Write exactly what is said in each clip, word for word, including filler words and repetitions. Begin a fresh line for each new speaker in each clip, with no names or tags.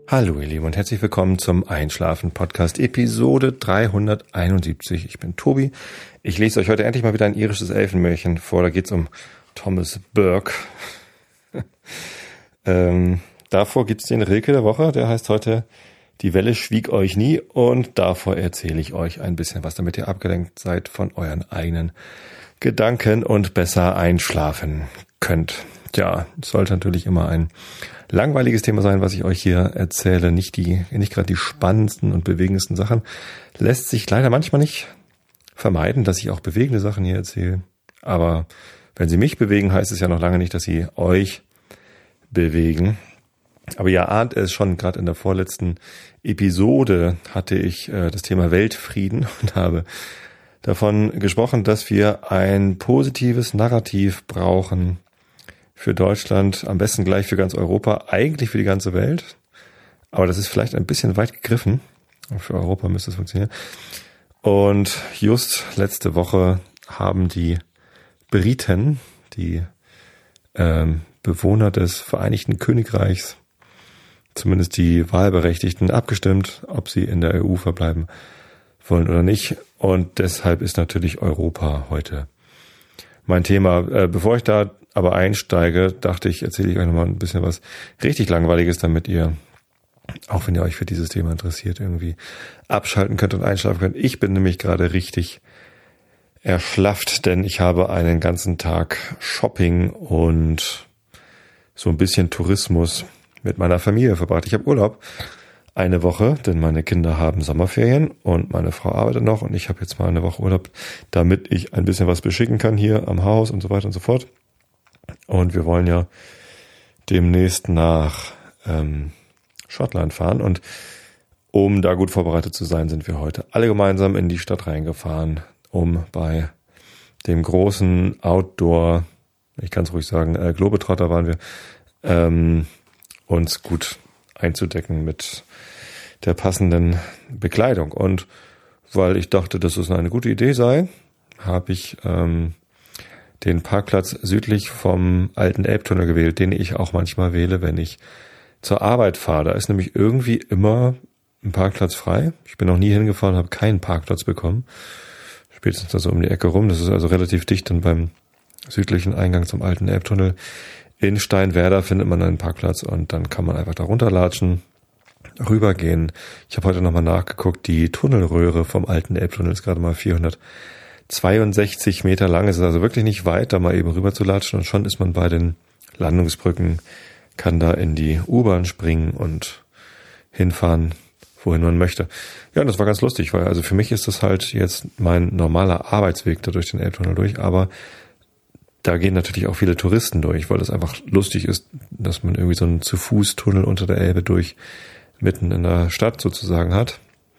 Hallo ihr Lieben und herzlich willkommen zum Einschlafen-Podcast Episode dreihunderteinundsiebzig. Ich bin Tobi. Ich lese euch heute endlich mal wieder ein irisches Elfenmärchen vor. Da geht es um Thomas Burke. ähm, davor gibt es den Rilke der Woche. Der heißt heute Die Welle schwieg euch nie. Und davor erzähle ich euch ein bisschen was, damit ihr abgelenkt seid von euren eigenen Gedanken und besser einschlafen könnt. Ja, es sollte natürlich immer ein langweiliges Thema sein, was ich euch hier erzähle. Nicht die, nicht gerade die spannendsten und bewegendsten Sachen. Lässt sich leider manchmal nicht vermeiden, dass ich auch bewegende Sachen hier erzähle. Aber wenn sie mich bewegen, heißt es ja noch lange nicht, dass sie euch bewegen. Aber ihr ahnt es schon, gerade in der vorletzten Episode hatte ich äh, das Thema Weltfrieden und habe davon gesprochen, dass wir ein positives Narrativ brauchen für Deutschland, am besten gleich für ganz Europa, eigentlich für die ganze Welt. Aber das ist vielleicht ein bisschen weit gegriffen. Für Europa müsste es funktionieren. Und just letzte Woche haben die Briten, die ähm, Bewohner des Vereinigten Königreichs, zumindest die Wahlberechtigten, abgestimmt, ob sie in der E U verbleiben wollen oder nicht. Und deshalb ist natürlich Europa heute mein Thema. Äh, bevor ich da aber einsteige, dachte ich, erzähle ich euch nochmal ein bisschen was richtig Langweiliges, damit ihr, auch wenn ihr euch für dieses Thema interessiert, irgendwie abschalten könnt und einschlafen könnt. Ich bin nämlich gerade richtig erschlafft, denn ich habe einen ganzen Tag Shopping und so ein bisschen Tourismus mit meiner Familie verbracht. Ich habe Urlaub eine Woche, denn meine Kinder haben Sommerferien und meine Frau arbeitet noch und ich habe jetzt mal eine Woche Urlaub, damit ich ein bisschen was beschicken kann hier am Haus und so weiter und so fort. Und wir wollen ja demnächst nach ähm, Schottland fahren. Und um da gut vorbereitet zu sein, sind wir heute alle gemeinsam in die Stadt reingefahren, um bei dem großen Outdoor, ich kann es ruhig sagen, äh, Globetrotter waren wir, ähm, uns gut einzudecken mit der passenden Bekleidung. Und weil ich dachte, dass es eine gute Idee sei, habe ich ähm, den Parkplatz südlich vom alten Elbtunnel gewählt, den ich auch manchmal wähle, wenn ich zur Arbeit fahre. Da ist nämlich irgendwie immer ein Parkplatz frei. Ich bin noch nie hingefahren, habe keinen Parkplatz bekommen. Spätestens da so um die Ecke rum. Das ist also relativ dicht dann beim südlichen Eingang zum alten Elbtunnel. In Steinwerder findet man einen Parkplatz und dann kann man einfach da runterlatschen, rübergehen. Ich habe heute nochmal nachgeguckt, die Tunnelröhre vom alten Elbtunnel ist gerade mal vierhundertzweiundsechzig Meter lang. Es ist also wirklich nicht weit, da mal eben rüber zu latschen und schon ist man bei den Landungsbrücken, kann da in die U-Bahn springen und hinfahren, wohin man möchte. Ja, und das war ganz lustig, weil also für mich ist das halt jetzt mein normaler Arbeitsweg da durch den Elbtunnel durch, aber da gehen natürlich auch viele Touristen durch, weil das einfach lustig ist, dass man irgendwie so einen Zu-Fuß-Tunnel unter der Elbe durch mitten in der Stadt sozusagen hat.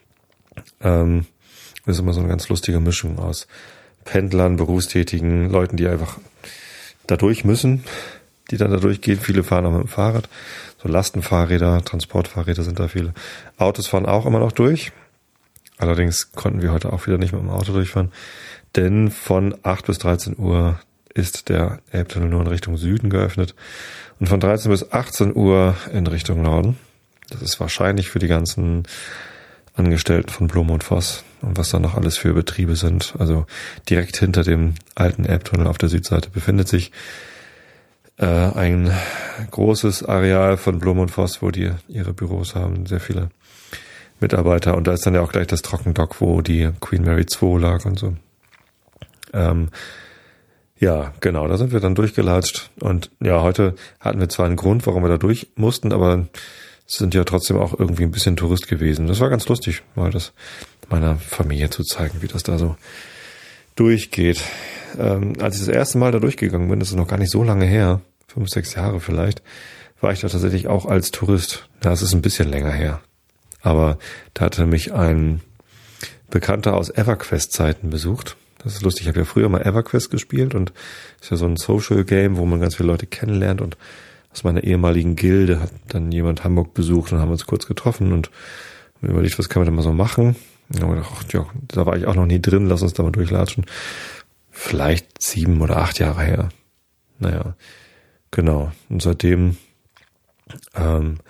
Ähm, das ist immer so eine ganz lustige Mischung aus Pendlern, Berufstätigen, Leuten, die einfach da durch müssen, die dann da durchgehen. Viele fahren auch mit dem Fahrrad. So Lastenfahrräder, Transportfahrräder sind da viele. Autos fahren auch immer noch durch. Allerdings konnten wir heute auch wieder nicht mit dem Auto durchfahren, denn von acht bis dreizehn Uhr ist der Elbtunnel nur in Richtung Süden geöffnet und von dreizehn bis achtzehn Uhr in Richtung Norden. Das ist wahrscheinlich für die ganzen Angestellten von Blum und Voss und was da noch alles für Betriebe sind. Also direkt hinter dem alten Elbtunnel auf der Südseite befindet sich äh, ein großes Areal von Blum und Voss, wo die ihre Büros haben, sehr viele Mitarbeiter. Und da ist dann ja auch gleich das Trockendock, wo die Queen Mary zwei lag und so. Ähm, Ja, genau, da sind wir dann durchgelatscht und ja, heute hatten wir zwar einen Grund, warum wir da durch mussten, aber es sind ja trotzdem auch irgendwie ein bisschen Tourist gewesen. Das war ganz lustig, mal das meiner Familie zu zeigen, wie das da so durchgeht. Ähm, als ich das erste Mal da durchgegangen bin, das ist noch gar nicht so lange her, fünf, sechs Jahre vielleicht, war ich da tatsächlich auch als Tourist. Ja, es ist ein bisschen länger her, aber da hatte mich ein Bekannter aus EverQuest-Zeiten besucht. Das ist lustig, ich habe ja früher mal EverQuest gespielt und ist ja so ein Social-Game, wo man ganz viele Leute kennenlernt und aus meiner ehemaligen Gilde hat dann jemand Hamburg besucht und haben uns kurz getroffen und überlegt, was können wir denn mal so machen. Und dann habe ich gedacht, ach, ja, da war ich auch noch nie drin, lass uns da mal durchlatschen. Vielleicht sieben oder acht Jahre her. Naja, genau. Und seitdem ähm,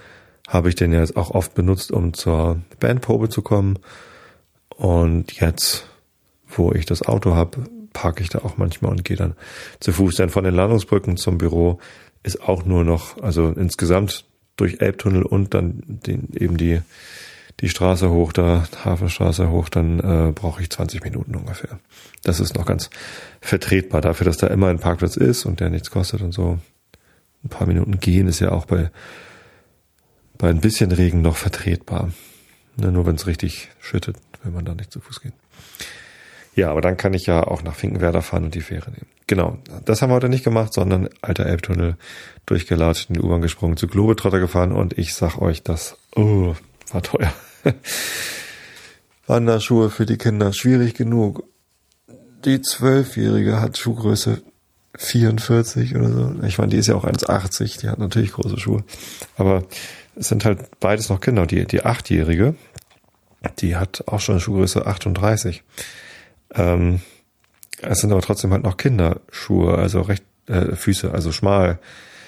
habe ich den ja jetzt auch oft benutzt, um zur Bandprobe zu kommen. Und jetzt, wo ich das Auto habe, parke ich da auch manchmal und gehe dann zu Fuß. Denn von den Landungsbrücken zum Büro ist auch nur noch, also insgesamt durch Elbtunnel und dann den, eben die die Straße hoch, da Hafenstraße hoch, dann äh, brauche ich zwanzig Minuten ungefähr. Das ist noch ganz vertretbar dafür, dass da immer ein Parkplatz ist und der nichts kostet und so. Ein paar Minuten gehen ist ja auch bei bei ein bisschen Regen noch vertretbar. Ne, nur wenn es richtig schüttet, will man da nicht zu Fuß gehen. Ja, aber dann kann ich ja auch nach Finkenwerder fahren und die Fähre nehmen. Genau, das haben wir heute nicht gemacht, sondern alter Elbtunnel durchgelatscht, in die U-Bahn gesprungen, zu Globetrotter gefahren und ich sag euch, das oh, war teuer. Wanderschuhe für die Kinder, schwierig genug. Die Zwölfjährige hat Schuhgröße vierundvierzig oder so. Ich meine, die ist ja auch eins Komma achtzig, die hat natürlich große Schuhe. Aber es sind halt beides noch Kinder. Die, die Achtjährige, die hat auch schon Schuhgröße achtunddreißig. Ähm, es sind aber trotzdem halt noch Kinderschuhe, also recht äh, Füße, also schmal.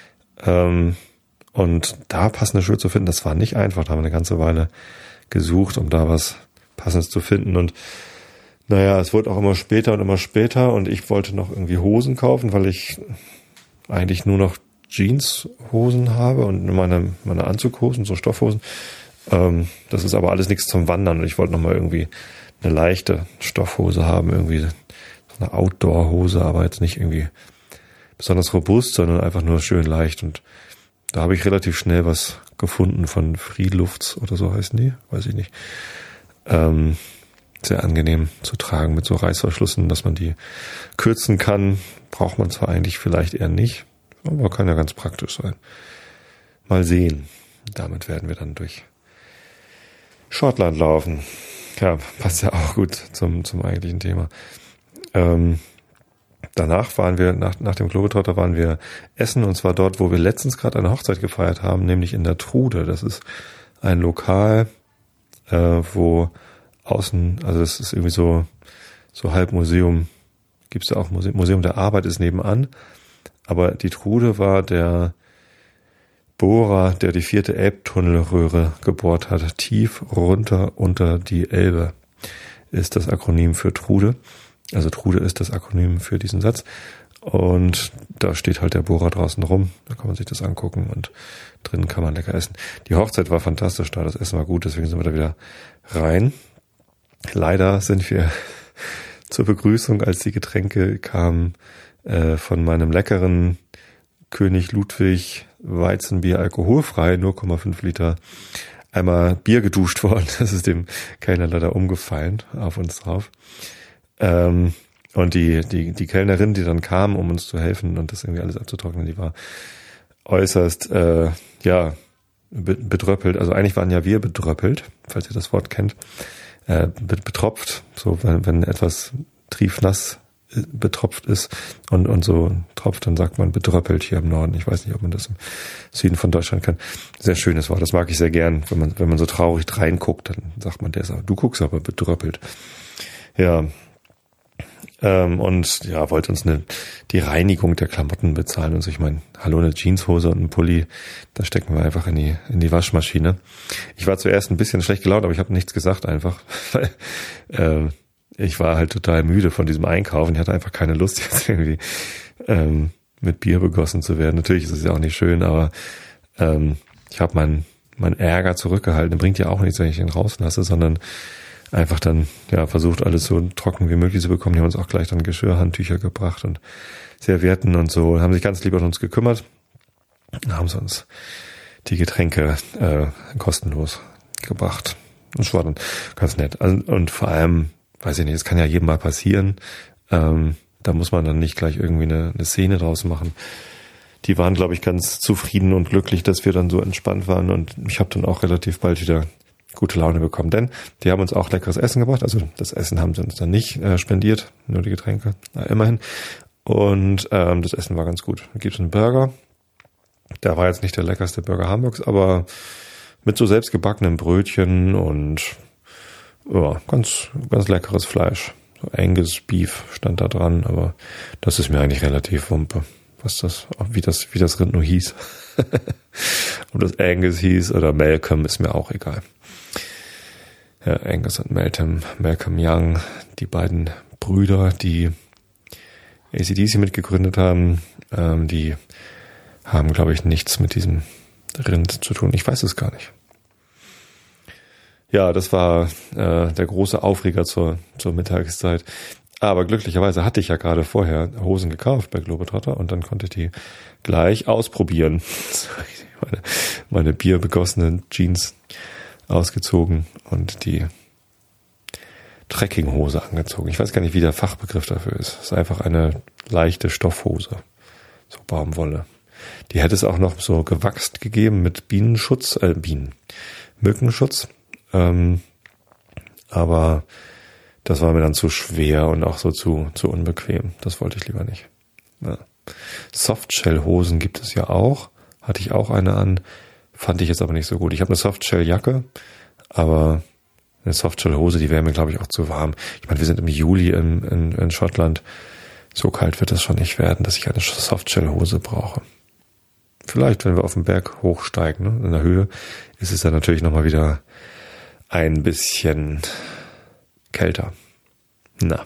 Ähm, und da passende Schuhe zu finden, das war nicht einfach. Da haben wir eine ganze Weile gesucht, um da was Passendes zu finden. Und naja, es wurde auch immer später und immer später und ich wollte noch irgendwie Hosen kaufen, weil ich eigentlich nur noch Jeanshosen habe und meine, meine Anzughosen, so Stoffhosen. Ähm, das ist aber alles nichts zum Wandern und ich wollte nochmal irgendwie eine leichte Stoffhose haben, irgendwie so eine Outdoor-Hose, aber jetzt nicht irgendwie besonders robust, sondern einfach nur schön leicht. Und da habe ich relativ schnell was gefunden von Freelufts oder so heißen die, weiß ich nicht. Ähm, sehr angenehm zu tragen mit so Reißverschlüssen, dass man die kürzen kann. Braucht man zwar eigentlich vielleicht eher nicht, aber kann ja ganz praktisch sein. Mal sehen. Damit werden wir dann durch Schottland laufen. Ja, passt ja auch gut zum zum eigentlichen Thema. Ähm, danach waren wir, nach, nach dem Globetrotter waren wir essen, und zwar dort, wo wir letztens gerade eine Hochzeit gefeiert haben, nämlich in der Trude. Das ist ein Lokal, äh, wo außen, also das ist irgendwie so so halb Museum, gibt's da auch Museum, Museum der Arbeit ist nebenan, aber die Trude war der Bohrer, der die vierte Elbtunnelröhre gebohrt hat, tief runter unter die Elbe, ist das Akronym für Trude. Also Trude ist das Akronym für diesen Satz. Und da steht halt der Bohrer draußen rum. Da kann man sich das angucken und drinnen kann man lecker essen. Die Hochzeit war fantastisch da, das Essen war gut, deswegen sind wir da wieder rein. Leider sind wir zur Begrüßung, als die Getränke kamen, äh, von meinem leckeren König Ludwig Weizenbier alkoholfrei, null Komma fünf Liter, einmal Bier geduscht worden. Das ist dem Kellner leider umgefallen auf uns drauf. Ähm, und die, die, die Kellnerin, die dann kam, um uns zu helfen und das irgendwie alles abzutrocknen, die war äußerst, äh, ja, be- bedröppelt. Also eigentlich waren ja wir bedröppelt, falls ihr das Wort kennt, äh, betropft. So, wenn, wenn etwas triefnass betropft ist und, und so tropft, dann sagt man bedröppelt hier im Norden. Ich weiß nicht, ob man das im Süden von Deutschland kann. Sehr schönes Wort, das mag ich sehr gern. Wenn man, wenn man so traurig reinguckt, dann sagt man, der ist, du guckst aber bedröppelt. Ja, ähm, und ja, wollte uns eine, die Reinigung der Klamotten bezahlen und so. Ich meine, hallo, eine Jeanshose und ein Pulli, da stecken wir einfach in die, in die Waschmaschine. Ich war zuerst ein bisschen schlecht gelaunt, aber ich habe nichts gesagt einfach, weil, äh, ich war halt total müde von diesem Einkaufen. Ich hatte einfach keine Lust, jetzt irgendwie ähm, mit Bier begossen zu werden. Natürlich ist es ja auch nicht schön, aber ähm, ich habe meinen mein Ärger zurückgehalten. Bringt ja auch nichts, wenn ich ihn rauslasse, sondern einfach dann ja versucht, alles so trocken wie möglich zu bekommen. Die haben uns auch gleich dann Geschirrhandtücher gebracht und Servietten und so. Haben sich ganz lieb um uns gekümmert. Dann haben sie uns die Getränke äh, kostenlos gebracht. Das war dann ganz nett. Also, und vor allem, weiß ich nicht, es kann ja jedem mal passieren. Ähm, da muss man dann nicht gleich irgendwie eine, eine Szene draus machen. Die waren, glaube ich, ganz zufrieden und glücklich, dass wir dann so entspannt waren. Und ich habe dann auch relativ bald wieder gute Laune bekommen. Denn die haben uns auch leckeres Essen gebracht. Also das Essen haben sie uns dann nicht äh, spendiert, nur die Getränke, na, immerhin. Und ähm, das Essen war ganz gut. Da gibt es einen Burger. Der war jetzt nicht der leckerste Burger Hamburgs, aber mit so selbstgebackenen Brötchen und ja, ganz, ganz leckeres Fleisch. So Angus Beef stand da dran, aber das ist mir eigentlich relativ wumpe, was das, wie das, wie das Rind nur hieß. Ob das Angus hieß oder Malcolm, ist mir auch egal. Ja, Angus und Malcolm, Malcolm Young, die beiden Brüder, die A C D C mitgegründet haben, ähm, die haben, glaube ich, nichts mit diesem Rind zu tun. Ich weiß es gar nicht. Ja, das war äh, der große Aufreger zur, zur Mittagszeit. Aber glücklicherweise hatte ich ja gerade vorher Hosen gekauft bei Globetrotter und dann konnte ich die gleich ausprobieren. meine, meine bierbegossenen Jeans ausgezogen und die Trekkinghose angezogen. Ich weiß gar nicht, wie der Fachbegriff dafür ist. Es ist einfach eine leichte Stoffhose. So Baumwolle. Die hätte es auch noch so gewachst gegeben mit Bienenschutz, äh, Bienen, Mückenschutz. Ähm, aber das war mir dann zu schwer und auch so zu, zu unbequem. Das wollte ich lieber nicht. Ja. Softshell-Hosen gibt es ja auch. Hatte ich auch eine an. Fand ich jetzt aber nicht so gut. Ich habe eine Softshell-Jacke, aber eine Softshell-Hose, die wäre mir, glaube ich, auch zu warm. Ich meine, wir sind im Juli in, in, in Schottland. So kalt wird es schon nicht werden, dass ich eine Softshell-Hose brauche. Vielleicht, wenn wir auf den Berg hochsteigen, ne? In der Höhe, ist es dann natürlich nochmal wieder ein bisschen kälter. Na.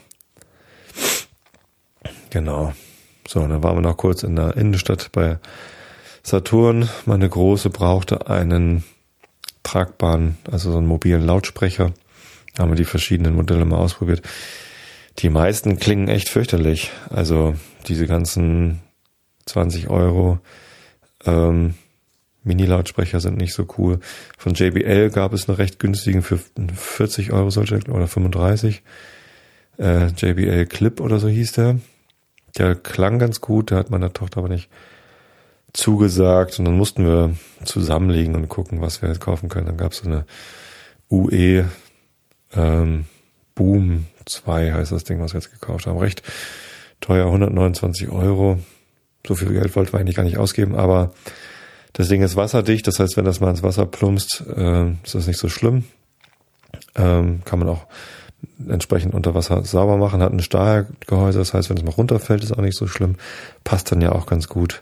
Genau. So, dann waren wir noch kurz in der Innenstadt bei Saturn. Meine Große brauchte einen tragbaren, also so einen mobilen Lautsprecher. Da haben wir die verschiedenen Modelle mal ausprobiert. Die meisten klingen echt fürchterlich. Also diese ganzen zwanzig Euro ähm, Mini-Lautsprecher sind nicht so cool. Von J B L gab es einen recht günstigen für vierzig Euro sollte oder fünfunddreißig. Äh, J B L Clip oder so hieß der. Der klang ganz gut, der hat meiner Tochter aber nicht zugesagt. Und dann mussten wir zusammenlegen und gucken, was wir jetzt kaufen können. Dann gab es so eine U E ähm, Boom zwei heißt das Ding, was wir jetzt gekauft haben. Recht teuer, hundertneunundzwanzig Euro. So viel Geld wollten wir eigentlich gar nicht ausgeben, aber das Ding ist wasserdicht, das heißt, wenn das mal ins Wasser plumpst, äh, ist das nicht so schlimm. Ähm, kann man auch entsprechend unter Wasser sauber machen, hat ein Stahlgehäuse, das heißt, wenn es mal runterfällt, ist auch nicht so schlimm. Passt dann ja auch ganz gut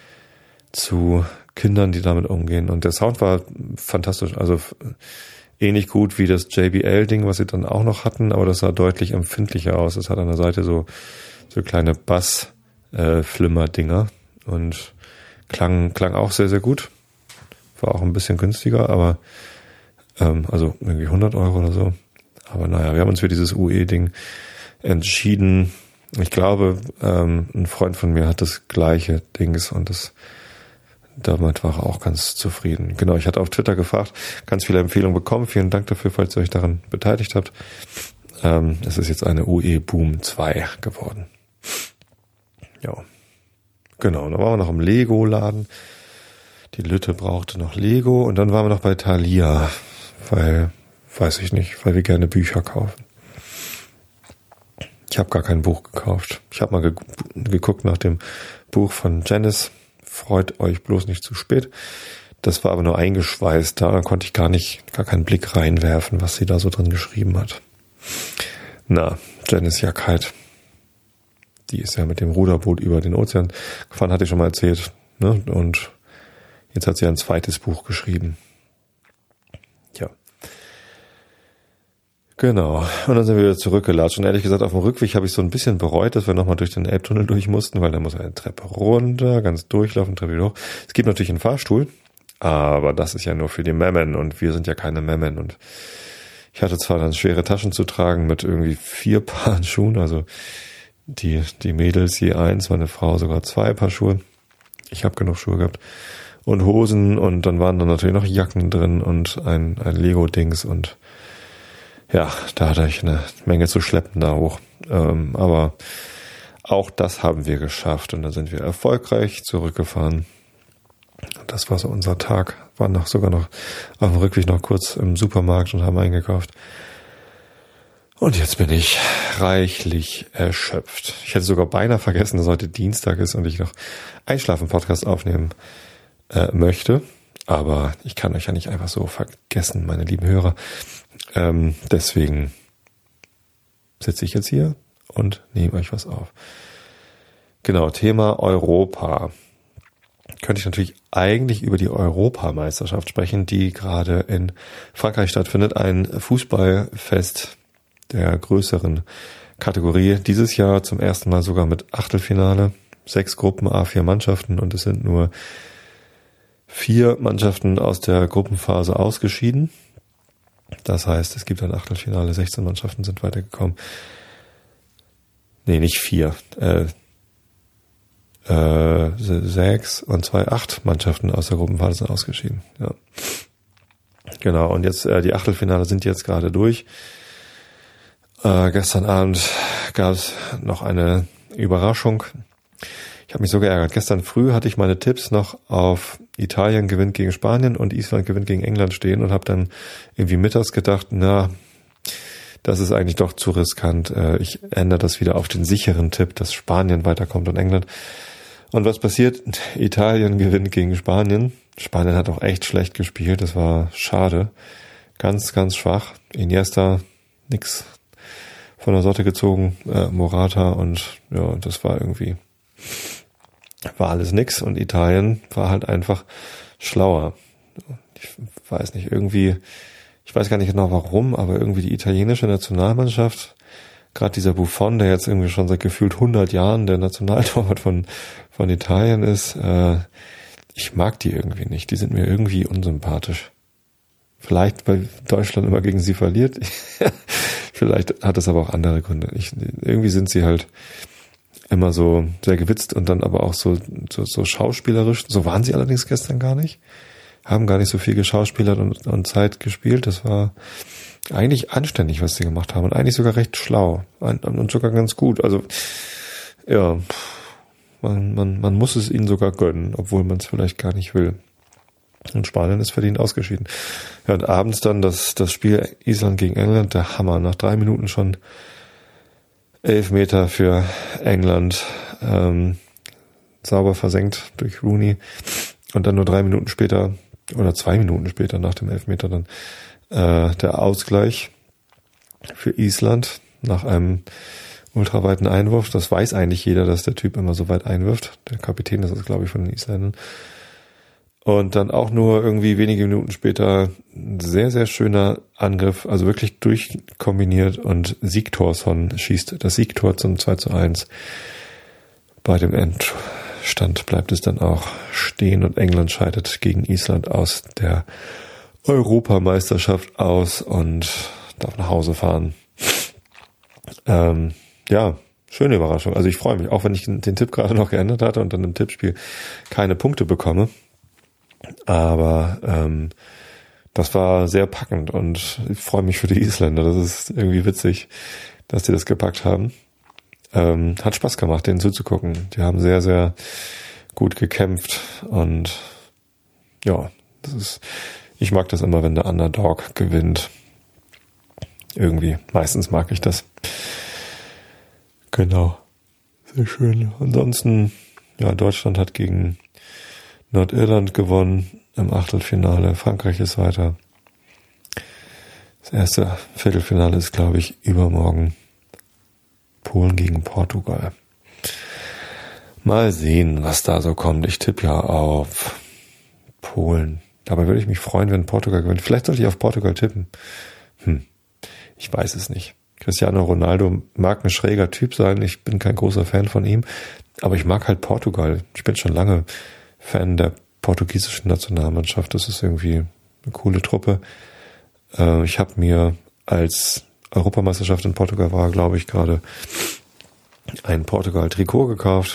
zu Kindern, die damit umgehen. Und der Sound war fantastisch, also ähnlich gut wie das J B L-Ding, was sie dann auch noch hatten, aber das sah deutlich empfindlicher aus. Es hat an der Seite so, so kleine Bass-Flimmer-Dinger und klang, klang auch sehr, sehr gut. War auch ein bisschen günstiger, aber ähm, also irgendwie hundert Euro oder so. Aber naja, wir haben uns für dieses U E-Ding entschieden. Ich glaube, ähm, ein Freund von mir hat das gleiche Dings und das damit war er auch ganz zufrieden. Genau, ich hatte auf Twitter gefragt, ganz viele Empfehlungen bekommen. Vielen Dank dafür, falls ihr euch daran beteiligt habt. Ähm, es ist jetzt eine U E Boom zwei geworden. Ja, genau. Dann waren wir noch im Lego-Laden. Die Lütte brauchte noch Lego und dann waren wir noch bei Thalia, weil, weiß ich nicht, weil wir gerne Bücher kaufen. Ich habe gar kein Buch gekauft. Ich habe mal ge- geguckt nach dem Buch von Janice. Freut euch bloß nicht zu spät. Das war aber nur eingeschweißt. Da konnte ich gar nicht, gar keinen Blick reinwerfen, was sie da so drin geschrieben hat. Na, Janice Jackheit. Die ist ja mit dem Ruderboot über den Ozean gefahren, hatte ich schon mal erzählt. Ne? Und jetzt hat sie ein zweites Buch geschrieben. Ja. Genau. Und dann sind wir wieder zurückgelatscht. Und ehrlich gesagt, auf dem Rückweg habe ich so ein bisschen bereut, dass wir nochmal durch den Elbtunnel durch mussten, weil da muss eine Treppe runter, ganz durchlaufen, Treppe wieder hoch. Es gibt natürlich einen Fahrstuhl, aber das ist ja nur für die Memmen und wir sind ja keine Memmen. Und ich hatte zwar dann schwere Taschen zu tragen mit irgendwie vier Paaren Schuhen, also die, die Mädels je eins, meine Frau sogar zwei Paar Schuhe. Ich habe genug Schuhe gehabt. Und Hosen und dann waren da natürlich noch Jacken drin und ein, ein Lego-Dings und ja, da hatte ich eine Menge zu schleppen da hoch. Ähm, aber auch das haben wir geschafft und dann sind wir erfolgreich zurückgefahren. Das war so unser Tag. Waren noch sogar noch auf dem Rückweg noch kurz im Supermarkt und haben eingekauft. Und jetzt bin ich reichlich erschöpft. Ich hätte sogar beinahe vergessen, dass heute Dienstag ist und ich noch Einschlafen-Podcast aufnehmen äh, möchte. Aber ich kann euch ja nicht einfach so vergessen, meine lieben Hörer. Ähm, deswegen sitze ich jetzt hier und nehme euch was auf. Genau, Thema Europa. Könnt könnte ich natürlich eigentlich über die Europameisterschaft sprechen, die gerade in Frankreich stattfindet. Ein Fußballfest der größeren Kategorie. Dieses Jahr zum ersten Mal sogar mit Achtelfinale. Sechs Gruppen, a vier Mannschaften und es sind nur vier Mannschaften aus der Gruppenphase ausgeschieden. Das heißt, es gibt ein Achtelfinale, sechzehn Mannschaften sind weitergekommen. Nee, nicht vier. Äh, äh, sechs und zwei, acht Mannschaften aus der Gruppenphase sind ausgeschieden. Ja. Genau, und jetzt äh, die Achtelfinale sind jetzt gerade durch. Äh, gestern Abend gab es noch eine Überraschung. Ich habe mich so geärgert. Gestern früh hatte ich meine Tipps noch auf Italien gewinnt gegen Spanien und Island gewinnt gegen England stehen und habe dann irgendwie mittags gedacht, na, das ist eigentlich doch zu riskant. Ich ändere das wieder auf den sicheren Tipp, dass Spanien weiterkommt und England. Und was passiert? Italien gewinnt gegen Spanien. Spanien hat auch echt schlecht gespielt. Das war schade. Ganz, ganz schwach. Iniesta, nix von der Sorte gezogen. Äh, Morata und ja, das war irgendwie, war alles nix. Und Italien war halt einfach schlauer. Ich weiß nicht, irgendwie... Ich weiß gar nicht genau warum, aber irgendwie die italienische Nationalmannschaft, gerade dieser Buffon, der jetzt irgendwie schon seit gefühlt hundert Jahren der Nationaltorwart von von Italien ist, äh, ich mag die irgendwie nicht. Die sind mir irgendwie unsympathisch. Vielleicht, weil Deutschland immer gegen sie verliert. Vielleicht hat es aber auch andere Gründe. Ich, irgendwie sind sie halt immer so sehr gewitzt und dann aber auch so, so, so schauspielerisch. So waren sie allerdings gestern gar nicht. Haben gar nicht so viel geschauspielert und, und Zeit gespielt. Das war eigentlich anständig, was sie gemacht haben und eigentlich sogar recht schlau und sogar ganz gut. Also ja, man, man, man muss es ihnen sogar gönnen, obwohl man es vielleicht gar nicht will. Und Spanien ist verdient ausgeschieden. Ja, und abends dann das, das Spiel Island gegen England, der Hammer. Nach drei Minuten schon elf Meter für England, ähm, sauber versenkt durch Rooney. Und dann nur drei Minuten später oder zwei Minuten später nach dem Elfmeter dann äh, der Ausgleich für Island nach einem ultraweiten Einwurf. Das weiß eigentlich jeder, dass der Typ immer so weit einwirft. Der Kapitän ist das, glaube ich, von den Isländern. Und dann auch nur irgendwie wenige Minuten später ein sehr, sehr schöner Angriff, also wirklich durchkombiniert und Sigthorsson schießt das Siegtor zum zwei zu eins. Bei dem Endstand bleibt es dann auch stehen und England scheidet gegen Island aus der Europameisterschaft aus und darf nach Hause fahren. Ähm, ja, schöne Überraschung. Also ich freue mich, auch wenn ich den Tipp gerade noch geändert hatte und dann im Tippspiel keine Punkte bekomme. Aber ähm, das war sehr packend und ich freue mich für die Isländer. Das ist irgendwie witzig, dass die das gepackt haben. Ähm, hat Spaß gemacht, denen zuzugucken. Die haben sehr, sehr gut gekämpft und ja, das ist, ich mag das immer, wenn der Underdog gewinnt. Irgendwie, meistens mag ich das. Genau. Sehr schön. Ansonsten, ja, Deutschland hat gegen Nordirland gewonnen im Achtelfinale. Frankreich ist weiter. Das erste Viertelfinale ist, glaube ich, übermorgen. Polen gegen Portugal. Mal sehen, was da so kommt. Ich tippe ja auf Polen. Dabei würde ich mich freuen, wenn Portugal gewinnt. Vielleicht sollte ich auf Portugal tippen. Hm, ich weiß es nicht. Cristiano Ronaldo mag ein schräger Typ sein. Ich bin kein großer Fan von ihm. Aber ich mag halt Portugal. Ich bin schon lange Fan der portugiesischen Nationalmannschaft. Das ist irgendwie eine coole Truppe. Äh, ich habe mir, als Europameisterschaft in Portugal war, glaube ich, gerade ein Portugal-Trikot gekauft.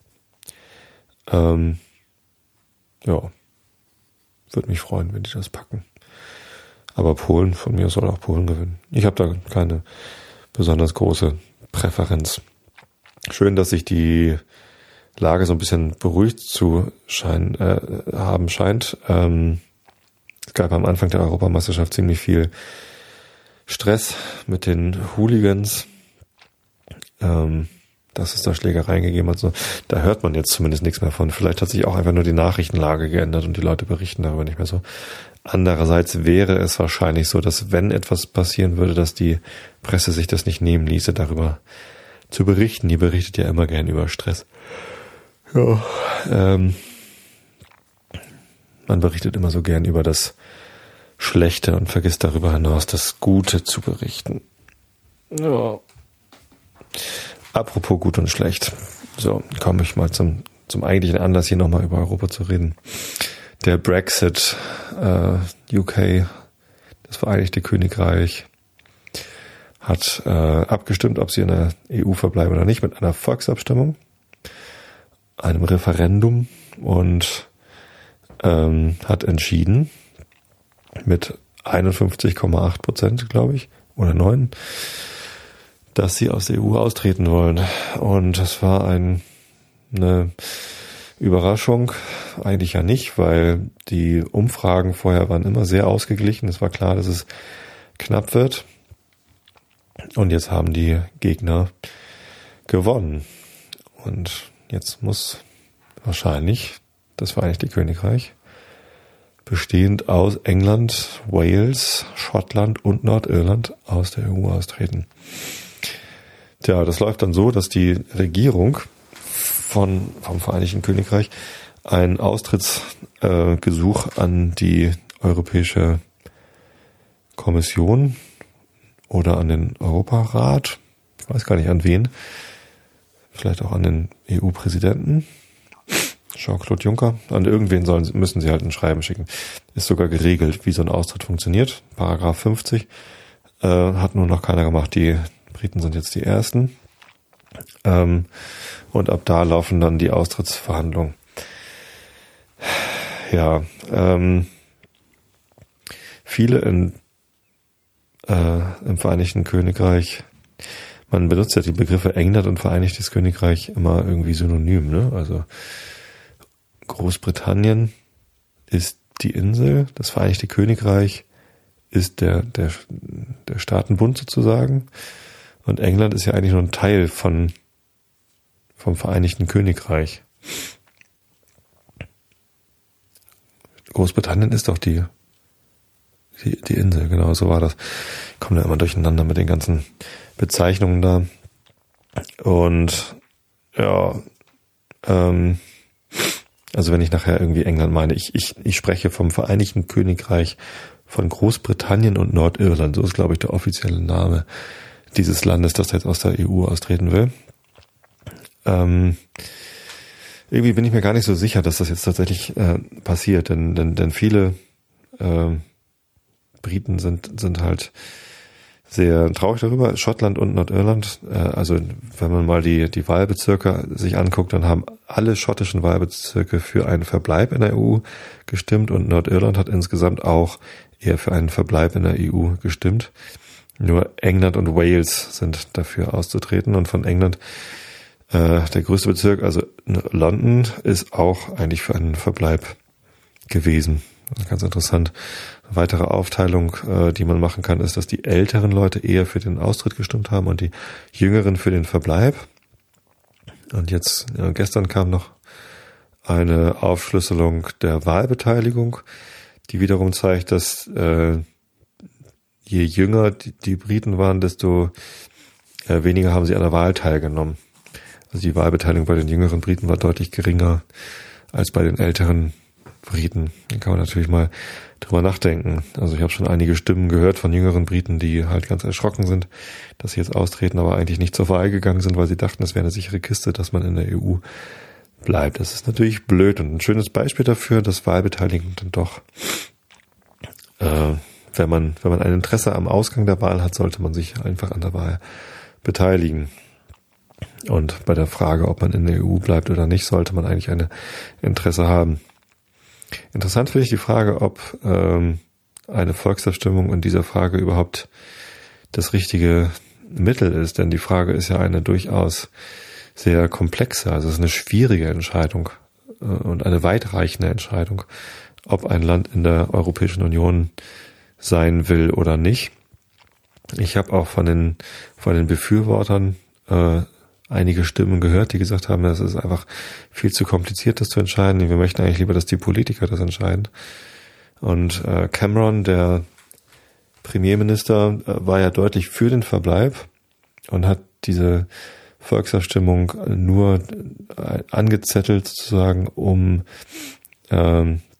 Ähm, ja, würde mich freuen, wenn die das packen. Aber Polen, von mir soll auch Polen gewinnen. Ich habe da keine besonders große Präferenz. Schön, dass sich die Lage so ein bisschen beruhigt zu scheinen, äh, haben scheint. Ähm, es gab am Anfang der Europameisterschaft ziemlich viel Stress mit den Hooligans, ähm, dass es da Schlägereien gegeben hat. So, da hört man jetzt zumindest nichts mehr von. Vielleicht hat sich auch einfach nur die Nachrichtenlage geändert und die Leute berichten darüber nicht mehr so. Andererseits wäre es wahrscheinlich so, dass wenn etwas passieren würde, dass die Presse sich das nicht nehmen ließe, darüber zu berichten. Die berichtet ja immer gern über Stress. Ja, ähm, man berichtet immer so gern über das Schlechte und vergisst darüber hinaus das Gute zu berichten. Ja. Apropos gut und schlecht. So, komme ich mal zum, zum eigentlichen Anlass, hier nochmal über Europa zu reden. Der Brexit, äh, U K, das Vereinigte Königreich, hat äh, abgestimmt, ob sie in der E U verbleiben oder nicht, mit einer Volksabstimmung, einem Referendum, und ähm, hat entschieden mit einundfünfzig Komma acht Prozent, glaube ich, oder neun, dass sie aus der E U austreten wollen. Und das war ein, eine Überraschung, eigentlich ja nicht, weil die Umfragen vorher waren immer sehr ausgeglichen. Es war klar, dass es knapp wird. Und jetzt haben die Gegner gewonnen. Und jetzt muss wahrscheinlich das Vereinigte Königreich, bestehend aus England, Wales, Schottland und Nordirland, aus der E U austreten. Tja, das läuft dann so, dass die Regierung von, vom Vereinigten Königreich ein Austrittsgesuch äh, an die Europäische Kommission oder an den Europarat, ich weiß gar nicht an wen, vielleicht auch an den E U-Präsidenten, Jean-Claude Juncker, an irgendwen sollen, müssen sie halt ein Schreiben schicken. Ist sogar geregelt, wie so ein Austritt funktioniert. Paragraph fünfzig äh, hat nur noch keiner gemacht. Die Briten sind jetzt die Ersten. Ähm, und ab da laufen dann die Austrittsverhandlungen. Ja, ähm, viele in, äh, im Vereinigten Königreich, man benutzt ja die Begriffe England und Vereinigtes Königreich immer irgendwie synonym, ne? Also Großbritannien ist die Insel, das Vereinigte Königreich ist der, der, der Staatenbund sozusagen, und England ist ja eigentlich nur ein Teil von, vom Vereinigten Königreich. Großbritannien ist doch die, die, die Insel, genau, so war das. Ich komme da immer durcheinander mit den ganzen Bezeichnungen da. Und ja, ähm, also wenn ich nachher irgendwie England meine, ich, ich, ich spreche vom Vereinigten Königreich von Großbritannien und Nordirland. So ist, glaube ich, der offizielle Name dieses Landes, das jetzt aus der E U austreten will. Ähm, irgendwie bin ich mir gar nicht so sicher, dass das jetzt tatsächlich äh, passiert, denn, denn, denn viele äh, Briten sind, sind halt sehr traurig darüber. Schottland und Nordirland, äh, also wenn man mal die, die Wahlbezirke sich anguckt, dann haben alle schottischen Wahlbezirke für einen Verbleib in der E U gestimmt, und Nordirland hat insgesamt auch eher für einen Verbleib in der E U gestimmt. Nur England und Wales sind dafür auszutreten, und von England äh, der größte Bezirk, also London, ist auch eigentlich für einen Verbleib gewesen. Ganz interessant. Eine weitere Aufteilung, äh, die man machen kann, ist, dass die älteren Leute eher für den Austritt gestimmt haben und die jüngeren für den Verbleib. Und jetzt, ja, gestern kam noch eine Aufschlüsselung der Wahlbeteiligung, die wiederum zeigt, dass äh, je jünger die, die Briten waren, desto äh, weniger haben sie an der Wahl teilgenommen. Also die Wahlbeteiligung bei den jüngeren Briten war deutlich geringer als bei den älteren Briten. Da kann man natürlich mal drüber nachdenken. Also ich habe schon einige Stimmen gehört von jüngeren Briten, die halt ganz erschrocken sind, dass sie jetzt austreten, aber eigentlich nicht zur Wahl gegangen sind, weil sie dachten, es wäre eine sichere Kiste, dass man in der E U bleibt. Das ist natürlich blöd, und ein schönes Beispiel dafür, dass Wahlbeteiligung dann doch, äh, wenn man wenn man ein Interesse am Ausgang der Wahl hat, sollte man sich einfach an der Wahl beteiligen. Und bei der Frage, ob man in der E U bleibt oder nicht, sollte man eigentlich ein Interesse haben. Interessant finde ich die Frage, ob ähm, eine Volksabstimmung in dieser Frage überhaupt das richtige Mittel ist, denn die Frage ist ja eine durchaus sehr komplexe, also es ist eine schwierige Entscheidung äh, und eine weitreichende Entscheidung, ob ein Land in der Europäischen Union sein will oder nicht. Ich habe auch von den von den Befürwortern äh, einige Stimmen gehört, die gesagt haben, es ist einfach viel zu kompliziert, das zu entscheiden. Wir möchten eigentlich lieber, dass die Politiker das entscheiden. Und äh, Cameron, der Premierminister, äh, war ja deutlich für den Verbleib und hat diese Volksabstimmung nur äh, angezettelt, sozusagen, um ähm,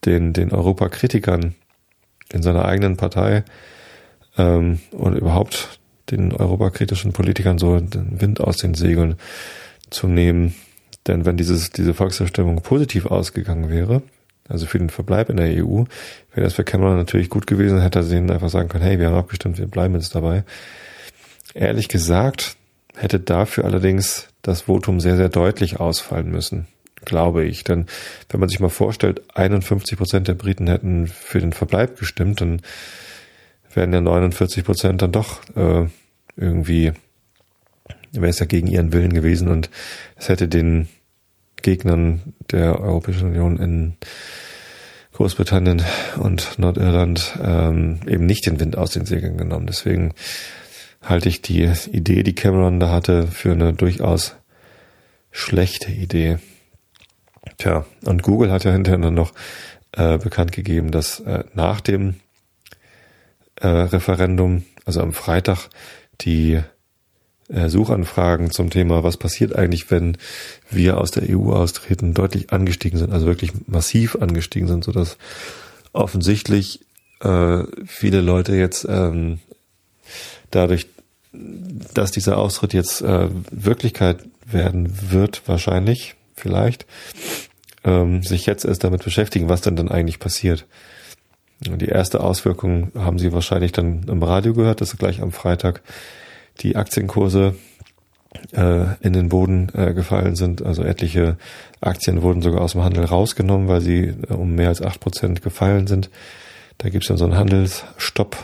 den, den Europakritikern in seiner eigenen Partei ähm, und überhaupt den europakritischen Politikern so den Wind aus den Segeln zu nehmen. Denn wenn dieses, diese Volksabstimmung positiv ausgegangen wäre, also für den Verbleib in der E U, wäre das für Cameron natürlich gut gewesen, hätte er denen einfach sagen können, hey, wir haben abgestimmt, wir bleiben jetzt dabei. Ehrlich gesagt hätte dafür allerdings das Votum sehr, sehr deutlich ausfallen müssen, glaube ich. Denn wenn man sich mal vorstellt, einundfünfzig Prozent der Briten hätten für den Verbleib gestimmt, dann wären ja neunundvierzig Prozent dann doch äh, irgendwie, wäre es ja gegen ihren Willen gewesen und es hätte den Gegnern der Europäischen Union in Großbritannien und Nordirland ähm, eben nicht den Wind aus den Segeln genommen. Deswegen halte ich die Idee, die Cameron da hatte, für eine durchaus schlechte Idee. Tja, und Google hat ja hinterher dann noch äh, bekannt gegeben, dass äh, nach dem äh, Referendum, also am Freitag, die äh, Suchanfragen zum Thema, was passiert eigentlich, wenn wir aus der E U austreten, deutlich angestiegen sind, also wirklich massiv angestiegen sind, sodass offensichtlich äh, viele Leute jetzt ähm, dadurch, dass dieser Austritt jetzt äh, Wirklichkeit werden wird, wahrscheinlich, vielleicht, ähm, sich jetzt erst damit beschäftigen, was denn dann eigentlich passiert. Und die erste Auswirkung haben Sie wahrscheinlich dann im Radio gehört, dass gleich am Freitag die Aktienkurse äh, in den Boden äh, gefallen sind. Also etliche Aktien wurden sogar aus dem Handel rausgenommen, weil sie äh, um mehr als acht Prozent gefallen sind. Da gibt es dann so einen Handelsstopp.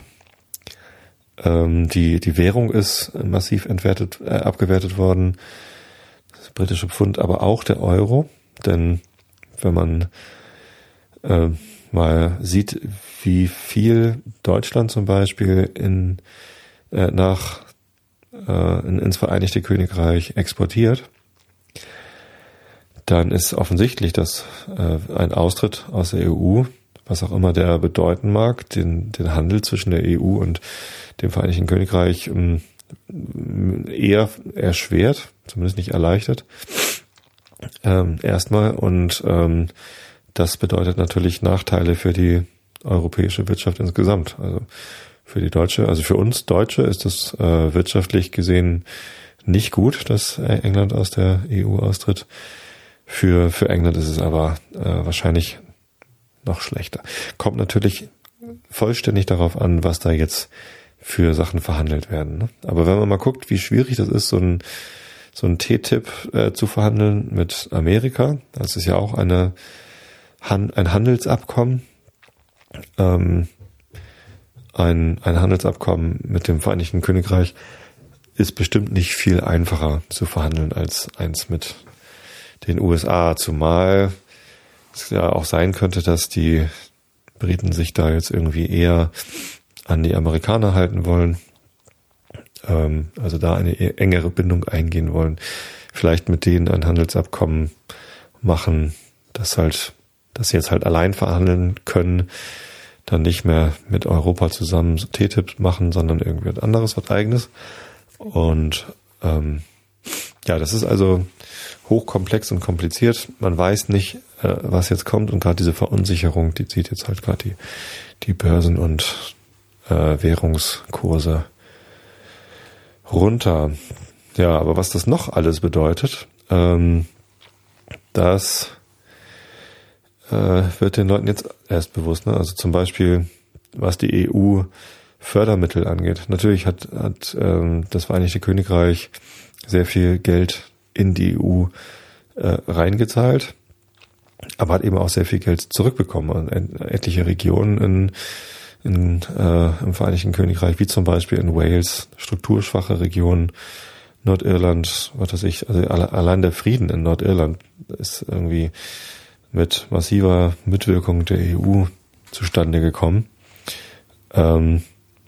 Ähm, die, die Währung ist massiv entwertet, äh, abgewertet worden. Das britische Pfund, aber auch der Euro. Denn wenn man äh, mal sieht, wie viel Deutschland zum Beispiel in, äh, nach, äh, in, ins Vereinigte Königreich exportiert, dann ist offensichtlich, dass äh, ein Austritt aus der E U, was auch immer der bedeuten mag, den, den Handel zwischen der E U und dem Vereinigten Königreich ähm, eher erschwert, zumindest nicht erleichtert, ähm, erstmal. Und ähm, das bedeutet natürlich Nachteile für die europäische Wirtschaft insgesamt. Also für die Deutsche, also für uns Deutsche ist es äh, wirtschaftlich gesehen nicht gut, dass England aus der E U austritt. Für für England ist es aber äh, wahrscheinlich noch schlechter. Kommt natürlich vollständig darauf an, was da jetzt für Sachen verhandelt werden. Ne? Aber wenn man mal guckt, wie schwierig das ist, so ein so ein T T I P äh, zu verhandeln mit Amerika, das ist ja auch eine Han- ein Handelsabkommen, ähm, ein ein Handelsabkommen mit dem Vereinigten Königreich ist bestimmt nicht viel einfacher zu verhandeln als eins mit den U S A, zumal es ja auch sein könnte, dass die Briten sich da jetzt irgendwie eher an die Amerikaner halten wollen, ähm, also da eine engere Bindung eingehen wollen, vielleicht mit denen ein Handelsabkommen machen, das halt, dass sie jetzt halt allein verhandeln können, dann nicht mehr mit Europa zusammen so T T I P machen, sondern irgendwie was anderes, was eigenes. Und ähm, ja, das ist also hochkomplex und kompliziert. Man weiß nicht, äh, was jetzt kommt, und gerade diese Verunsicherung, die zieht jetzt halt gerade die die Börsen und äh, Währungskurse runter. Ja, aber was das noch alles bedeutet, ähm, das äh, wird den Leuten jetzt erst bewusst. Ne? Also zum Beispiel, was die E U Fördermittel angeht. Natürlich hat hat ähm, das Vereinigte Königreich sehr viel Geld in die E U äh, reingezahlt, aber hat eben auch sehr viel Geld zurückbekommen. Et- etliche Regionen in, in, äh, im Vereinigten Königreich, wie zum Beispiel in Wales, strukturschwache Regionen, Nordirland, was weiß ich, also alle, allein der Frieden in Nordirland ist irgendwie mit massiver Mitwirkung der E U zustande gekommen. Ähm,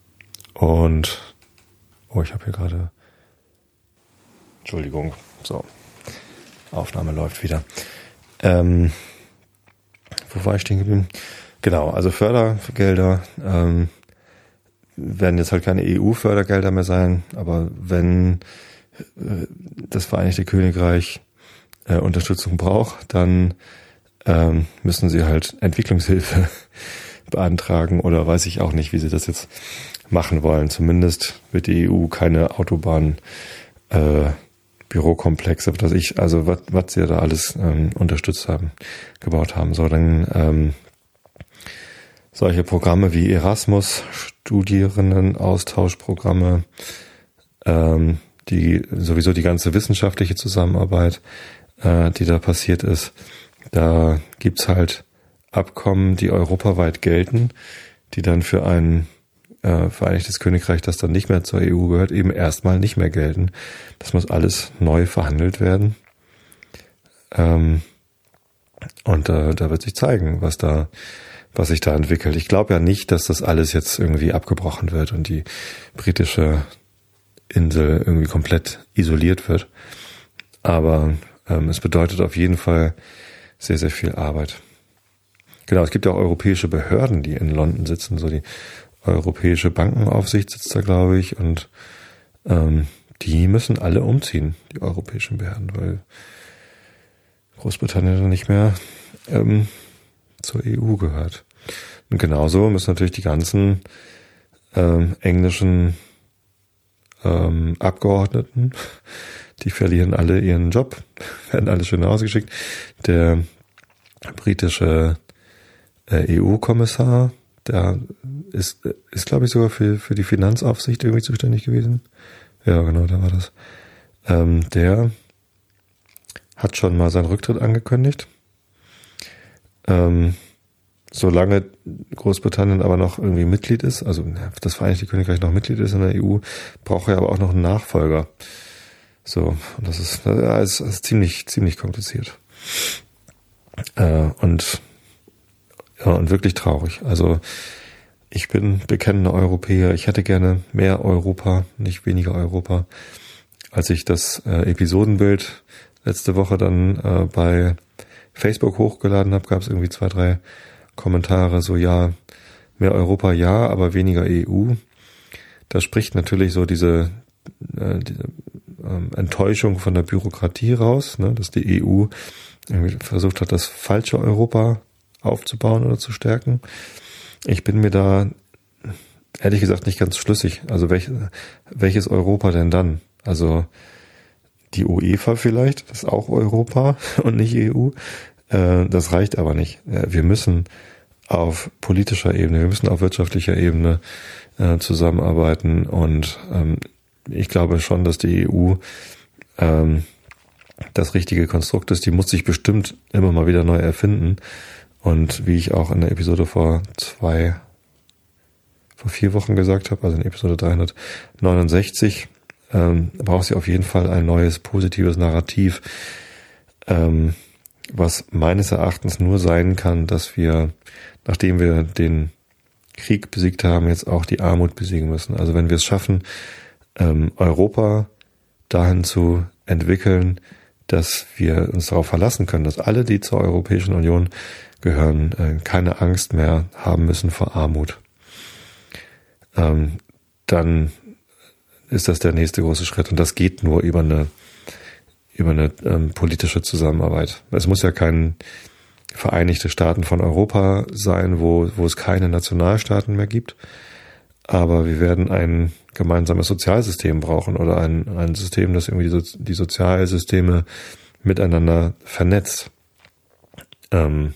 und oh, ich habe hier gerade Entschuldigung, so, Aufnahme läuft wieder. Ähm, wo war ich stehen geblieben? Genau, also Fördergelder ähm, werden jetzt halt keine E U-Fördergelder mehr sein, aber wenn äh, das Vereinigte Königreich äh, Unterstützung braucht, dann ähm, müssen sie halt Entwicklungshilfe beantragen oder weiß ich auch nicht, wie sie das jetzt machen wollen. Zumindest wird die E U keine Autobahn, äh, Bürokomplexe, was ich, also was, was sie da alles ähm, unterstützt haben, gebaut haben. So, dann ähm, solche Programme wie Erasmus, Studierendenaustauschprogramme, ähm, die sowieso die ganze wissenschaftliche Zusammenarbeit, äh, die da passiert ist. Da gibt's halt Abkommen, die europaweit gelten, die dann für ein äh, Vereinigtes Königreich, das dann nicht mehr zur E U gehört, eben erstmal nicht mehr gelten. Das muss alles neu verhandelt werden. Ähm, und äh, da wird sich zeigen, was da, was sich da entwickelt. Ich glaube ja nicht, dass das alles jetzt irgendwie abgebrochen wird und die britische Insel irgendwie komplett isoliert wird. Aber ähm, es bedeutet auf jeden Fall sehr, sehr viel Arbeit. Genau, es gibt ja auch europäische Behörden, die in London sitzen, so die Europäische Bankenaufsicht sitzt da, glaube ich, und ähm, die müssen alle umziehen, die europäischen Behörden, weil Großbritannien dann nicht mehr ähm, zur E U gehört. Und genauso müssen natürlich die ganzen ähm, englischen ähm, Abgeordneten, die verlieren alle ihren Job, werden alle schön rausgeschickt. Der britische äh, E U-Kommissar, der ist, ist glaube ich, sogar für, für die Finanzaufsicht irgendwie zuständig gewesen. Ja, genau, da war das. Ähm, der hat schon mal seinen Rücktritt angekündigt. Ähm, solange Großbritannien aber noch irgendwie Mitglied ist, also das Vereinigte Königreich noch Mitglied ist in der E U, braucht er aber auch noch einen Nachfolger. So, und das ist, das ist, das ist ziemlich, ziemlich kompliziert. Äh, und ja, und wirklich traurig. Also ich bin bekennender Europäer. Ich hätte gerne mehr Europa, nicht weniger Europa. Als ich das äh, Episodenbild letzte Woche dann äh, bei Facebook hochgeladen habe, gab es irgendwie zwei, drei Kommentare, so ja, mehr Europa ja, aber weniger E U. Da spricht natürlich so diese, äh, diese ähm, Enttäuschung von der Bürokratie raus, ne, dass die E U irgendwie versucht hat, das falsche Europa aufzubauen oder zu stärken. Ich bin mir da ehrlich gesagt nicht ganz schlüssig. Also welch, welches Europa denn dann? Also die UEFA vielleicht, das ist auch Europa und nicht E U. Äh, das reicht aber nicht. Wir müssen auf politischer Ebene, wir müssen auf wirtschaftlicher Ebene äh, zusammenarbeiten und ähm, ich glaube schon, dass die E U ähm, das richtige Konstrukt ist. Die muss sich bestimmt immer mal wieder neu erfinden. Und wie ich auch in der Episode vor zwei, vor vier Wochen gesagt habe, also in Episode dreihundertneunundsechzig, ähm, braucht sie auf jeden Fall ein neues, positives Narrativ, ähm, was meines Erachtens nur sein kann, dass wir, nachdem wir den Krieg besiegt haben, jetzt auch die Armut besiegen müssen. Also wenn wir es schaffen, ähm, Europa dahin zu entwickeln, dass wir uns darauf verlassen können, dass alle, die zur Europäischen Union gehören, äh, keine Angst mehr haben müssen vor Armut. Ähm, dann ist das der nächste große Schritt und das geht nur über eine über eine ähm, politische Zusammenarbeit. Es muss ja kein Vereinigte Staaten von Europa sein, wo wo es keine Nationalstaaten mehr gibt, aber wir werden ein gemeinsames Sozialsystem brauchen oder ein ein System, das irgendwie die, so- die Sozialsysteme miteinander vernetzt. Ähm,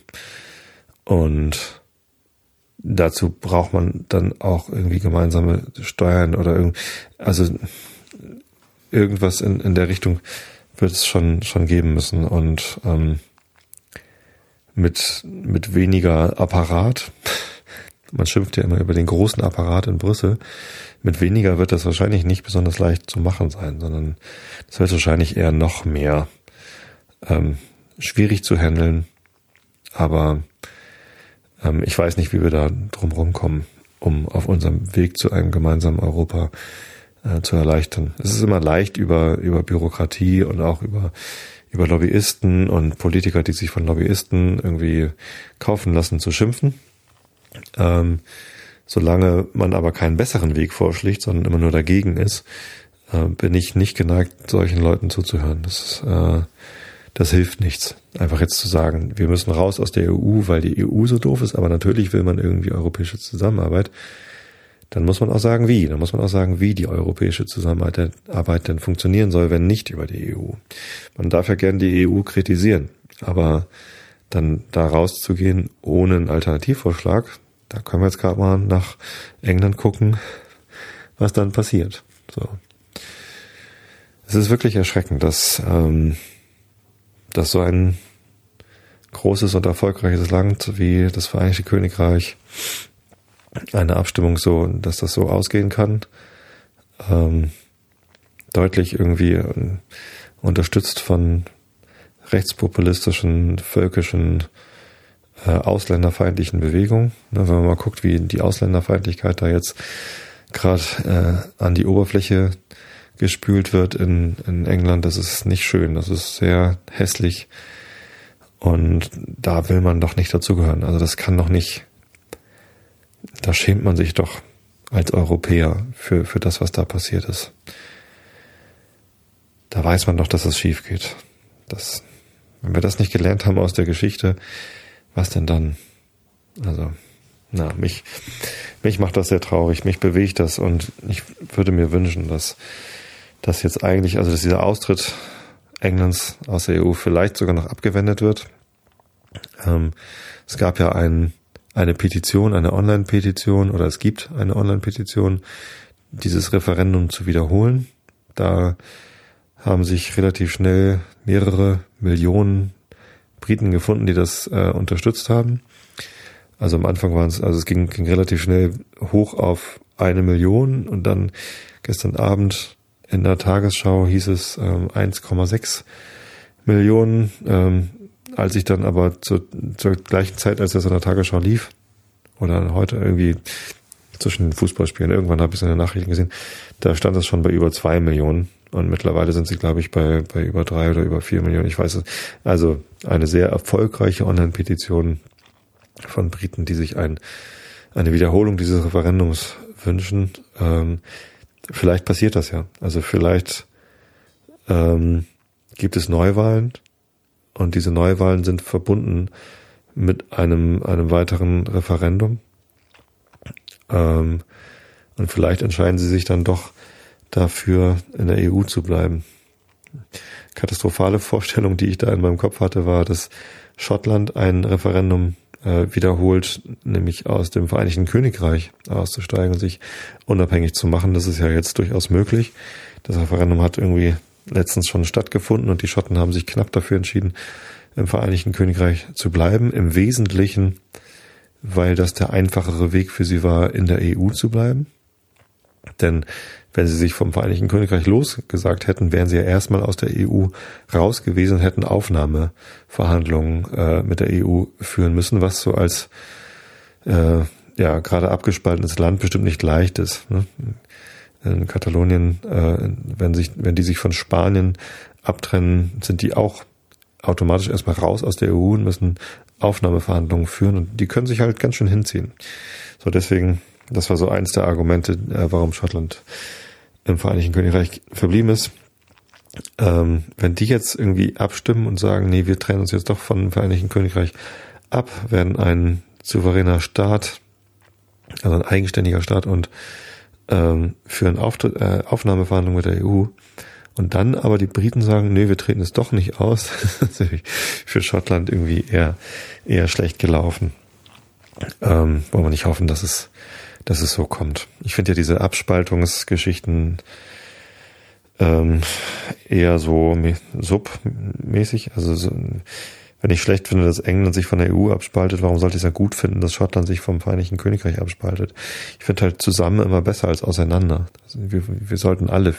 und dazu braucht man dann auch irgendwie gemeinsame Steuern oder irgend, also irgendwas in, in der Richtung wird es schon schon geben müssen und ähm, mit mit weniger Apparat. Man schimpft ja immer über den großen Apparat in Brüssel. Mit weniger wird das wahrscheinlich nicht besonders leicht zu machen sein, sondern es wird wahrscheinlich eher noch mehr ähm, schwierig zu handeln. Aber ähm, ich weiß nicht, wie wir da drum rumkommen, um auf unserem Weg zu einem gemeinsamen Europa äh, zu erleichtern. Es ist immer leicht, über über Bürokratie und auch über über Lobbyisten und Politiker, die sich von Lobbyisten irgendwie kaufen lassen, zu schimpfen. Ähm, solange man aber keinen besseren Weg vorschlägt, sondern immer nur dagegen ist, äh, bin ich nicht geneigt, solchen Leuten zuzuhören. Das ist, äh, das hilft nichts. Einfach jetzt zu sagen, wir müssen raus aus der E U, weil die E U so doof ist, aber natürlich will man irgendwie europäische Zusammenarbeit. Dann muss man auch sagen, wie. Dann muss man auch sagen, wie die europäische Zusammenarbeit denn funktionieren soll, wenn nicht über die E U. Man darf ja gerne die E U kritisieren, aber dann da rauszugehen ohne einen Alternativvorschlag, da können wir jetzt gerade mal nach England gucken, was dann passiert. So. Es ist wirklich erschreckend, dass, ähm, dass so ein großes und erfolgreiches Land wie das Vereinigte Königreich eine Abstimmung so, dass das so ausgehen kann, ähm, deutlich irgendwie äh, unterstützt von rechtspopulistischen, völkischen, äh, ausländerfeindlichen Bewegungen. Ne, wenn man mal guckt, wie die Ausländerfeindlichkeit da jetzt gerade äh, an die Oberfläche gespült wird in, in England, das ist nicht schön, das ist sehr hässlich und da will man doch nicht dazugehören. Also das kann doch nicht. Da schämt man sich doch als Europäer für, für das, was da passiert ist. Da weiß man doch, dass es schief geht. Das, wenn wir das nicht gelernt haben aus der Geschichte, was denn dann? Also, na, mich, mich macht das sehr traurig, mich bewegt das und ich würde mir wünschen, dass, dass jetzt eigentlich, also dass dieser Austritt Englands aus der E U vielleicht sogar noch abgewendet wird. Ähm, es gab ja einen eine Petition, eine Online-Petition oder es gibt eine Online-Petition, dieses Referendum zu wiederholen. Da haben sich relativ schnell mehrere Millionen Briten gefunden, die das äh, unterstützt haben. Also am Anfang waren es, also es ging, ging relativ schnell hoch auf eine Million und dann gestern Abend in der Tagesschau hieß es ähm, eins Komma sechs Millionen. Ähm, Als ich dann aber zur, zur gleichen Zeit, als das in der Tagesschau lief, oder heute irgendwie zwischen den Fußballspielen, irgendwann habe ich es in den Nachrichten gesehen, da stand es schon bei über zwei Millionen. Und mittlerweile sind sie, glaube ich, bei, bei über drei oder über vier Millionen. Ich weiß es. Also eine sehr erfolgreiche Online-Petition von Briten, die sich ein, eine Wiederholung dieses Referendums wünschen. Ähm, vielleicht passiert das ja. Also vielleicht ähm, gibt es Neuwahlen. Und diese Neuwahlen sind verbunden mit einem einem weiteren Referendum. Ähm, und vielleicht entscheiden sie sich dann doch dafür, in der E U zu bleiben. Katastrophale Vorstellung, die ich da in meinem Kopf hatte, war, dass Schottland ein Referendum äh, wiederholt, nämlich aus dem Vereinigten Königreich auszusteigen und sich unabhängig zu machen. Das ist ja jetzt durchaus möglich. Das Referendum hat irgendwie letztens schon stattgefunden und die Schotten haben sich knapp dafür entschieden, im Vereinigten Königreich zu bleiben. Im Wesentlichen, weil das der einfachere Weg für sie war, in der E U zu bleiben. Denn wenn sie sich vom Vereinigten Königreich losgesagt hätten, wären sie ja erstmal aus der E U raus gewesen und hätten Aufnahmeverhandlungen äh, mit der E U führen müssen, was so als äh, ja gerade abgespaltenes Land bestimmt nicht leicht ist. Ne? In Katalonien, äh, wenn sich, wenn die sich von Spanien abtrennen, sind die auch automatisch erstmal raus aus der E U und müssen Aufnahmeverhandlungen führen und die können sich halt ganz schön hinziehen. So, deswegen, das war so eins der Argumente, äh, warum Schottland im Vereinigten Königreich verblieben ist. Ähm, wenn die jetzt irgendwie abstimmen und sagen, nee, wir trennen uns jetzt doch von dem Vereinigten Königreich ab, werden ein souveräner Staat, also ein eigenständiger Staat und ähm, führen Auftritt, äh, Aufnahmeverhandlungen mit der E U und dann aber die Briten sagen, nee, wir treten es doch nicht aus, das ist natürlich für Schottland irgendwie eher eher schlecht gelaufen. Ähm, wollen wir nicht hoffen, dass es dass es so kommt. Ich finde ja diese Abspaltungsgeschichten ähm, eher so submäßig. Also so, wenn ich schlecht finde, dass England sich von der E U abspaltet, warum sollte ich es dann gut finden, dass Schottland sich vom Vereinigten Königreich abspaltet? Ich finde halt zusammen immer besser als auseinander. Also wir, wir sollten alle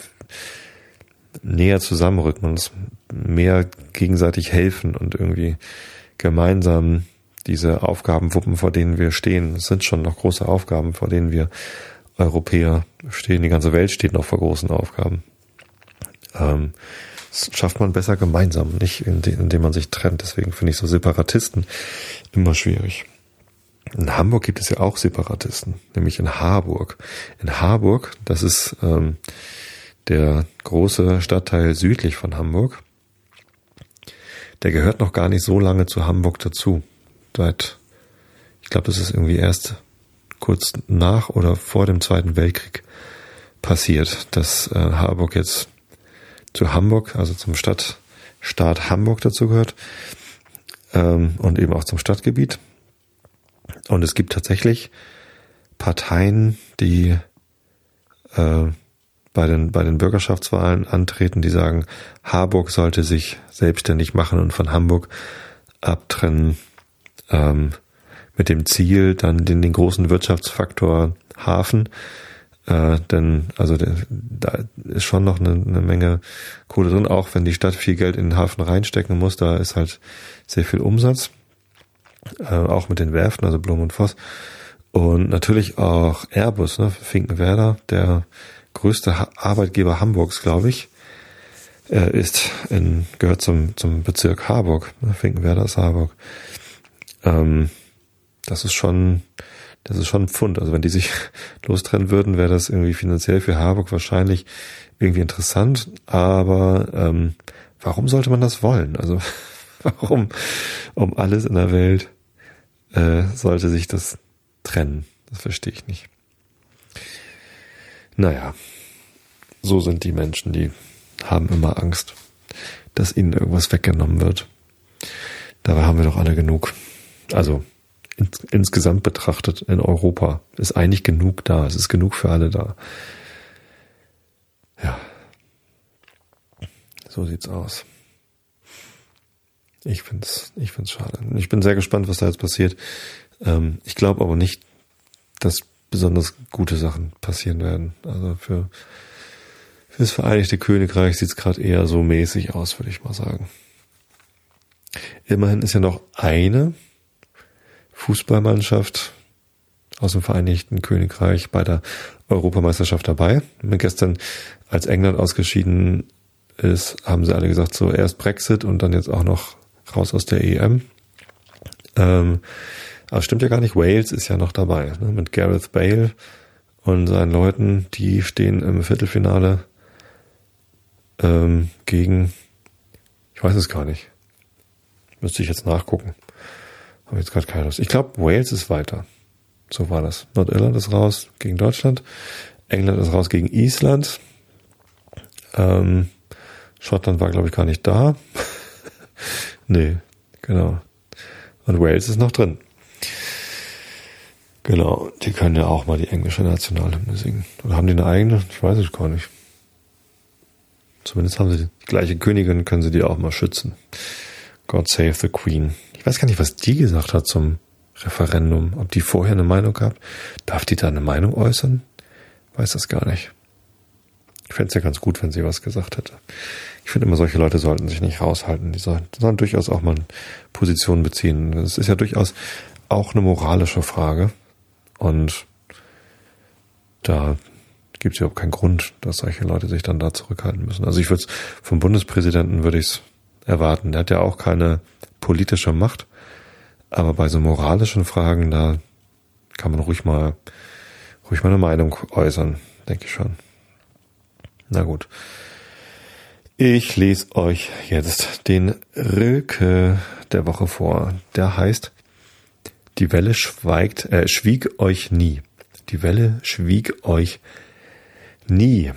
näher zusammenrücken und uns mehr gegenseitig helfen und irgendwie gemeinsam diese Aufgaben wuppen, vor denen wir stehen. Es sind schon noch große Aufgaben, vor denen wir Europäer stehen. Die ganze Welt steht noch vor großen Aufgaben. Ähm, das schafft man besser gemeinsam, nicht indem man sich trennt. Deswegen finde ich so Separatisten immer schwierig. In Hamburg gibt es ja auch Separatisten, nämlich in Harburg. In Harburg, das ist ähm, der große Stadtteil südlich von Hamburg, der gehört noch gar nicht so lange zu Hamburg dazu. Seit, ich glaube, das ist irgendwie erst kurz nach oder vor dem Zweiten Weltkrieg passiert, dass äh, Harburg jetzt zu Hamburg, also zum Stadtstaat Hamburg dazu gehört ähm, und eben auch zum Stadtgebiet. Und es gibt tatsächlich Parteien, die äh, bei den bei den Bürgerschaftswahlen antreten, die sagen, Harburg sollte sich selbstständig machen und von Hamburg abtrennen, ähm, mit dem Ziel, dann den, den großen Wirtschaftsfaktor Hafen, äh, denn also der, da ist schon noch eine, eine Menge Kohle drin, auch wenn die Stadt viel Geld in den Hafen reinstecken muss, da ist halt sehr viel Umsatz, äh, auch mit den Werften, also Blum und Voss, und natürlich auch Airbus, ne, Finkenwerder, der größte ha- Arbeitgeber Hamburgs, glaube ich, äh, ist in, gehört zum zum Bezirk Harburg, ne, Finkenwerder ist Harburg. Ähm, Das ist schon, das ist schon ein Pfund. Also wenn die sich lostrennen würden, wäre das irgendwie finanziell für Harburg wahrscheinlich irgendwie interessant. Aber ähm, warum sollte man das wollen? Also warum um alles in der Welt äh, sollte sich das trennen? Das verstehe ich nicht. Naja, so sind die Menschen, die haben immer Angst, dass ihnen irgendwas weggenommen wird. Dabei haben wir doch alle genug. Also ins, insgesamt betrachtet in Europa ist eigentlich genug da. Es ist genug für alle da. Ja, so sieht's aus. Ich find's, ich find's schade. Ich bin sehr gespannt, was da jetzt passiert. Ähm, ich glaube aber nicht, dass besonders gute Sachen passieren werden. Also für, für das Vereinigte Königreich sieht's gerade eher so mäßig aus, würde ich mal sagen. Immerhin ist ja noch eine Fußballmannschaft aus dem Vereinigten Königreich bei der Europameisterschaft dabei. Und gestern, als England ausgeschieden ist, haben sie alle gesagt, so erst Brexit und dann jetzt auch noch raus aus der E M. Ähm, aber stimmt ja gar nicht, Wales ist ja noch dabei, ne, mit Gareth Bale und seinen Leuten, die stehen im Viertelfinale ähm, gegen, ich weiß es gar nicht, müsste ich jetzt nachgucken. Habe jetzt gerade keine Lust. Ich glaube, Wales ist weiter. So war das. Nordirland ist raus gegen Deutschland. England ist raus gegen Island. Ähm, Schottland war, glaube ich, gar nicht da. Nee, genau. Und Wales ist noch drin. Genau, die können ja auch mal die englische Nationalhymne singen. Oder haben die eine eigene? Ich weiß es gar nicht. Zumindest haben sie die gleiche Königin, können sie die auch mal schützen. God save the Queen. Ich weiß gar nicht, was die gesagt hat zum Referendum. Ob die vorher eine Meinung gehabt? Darf die da eine Meinung äußern? Weiß das gar nicht. Ich fände es ja ganz gut, wenn sie was gesagt hätte. Ich finde immer, solche Leute sollten sich nicht raushalten. Die sollen, sollen durchaus auch mal Positionen beziehen. Das ist ja durchaus auch eine moralische Frage. Und da gibt es überhaupt keinen Grund, dass solche Leute sich dann da zurückhalten müssen. Also ich würde es vom Bundespräsidenten würde ich es erwarten. Der hat ja auch keine politische Macht. Aber bei so moralischen Fragen, da kann man ruhig mal, ruhig mal eine Meinung äußern, denke ich schon. Na gut. Ich lese euch jetzt den Rilke der Woche vor. Der heißt, die Welle schweigt, äh, schwieg euch nie. Die Welle schwieg euch nie.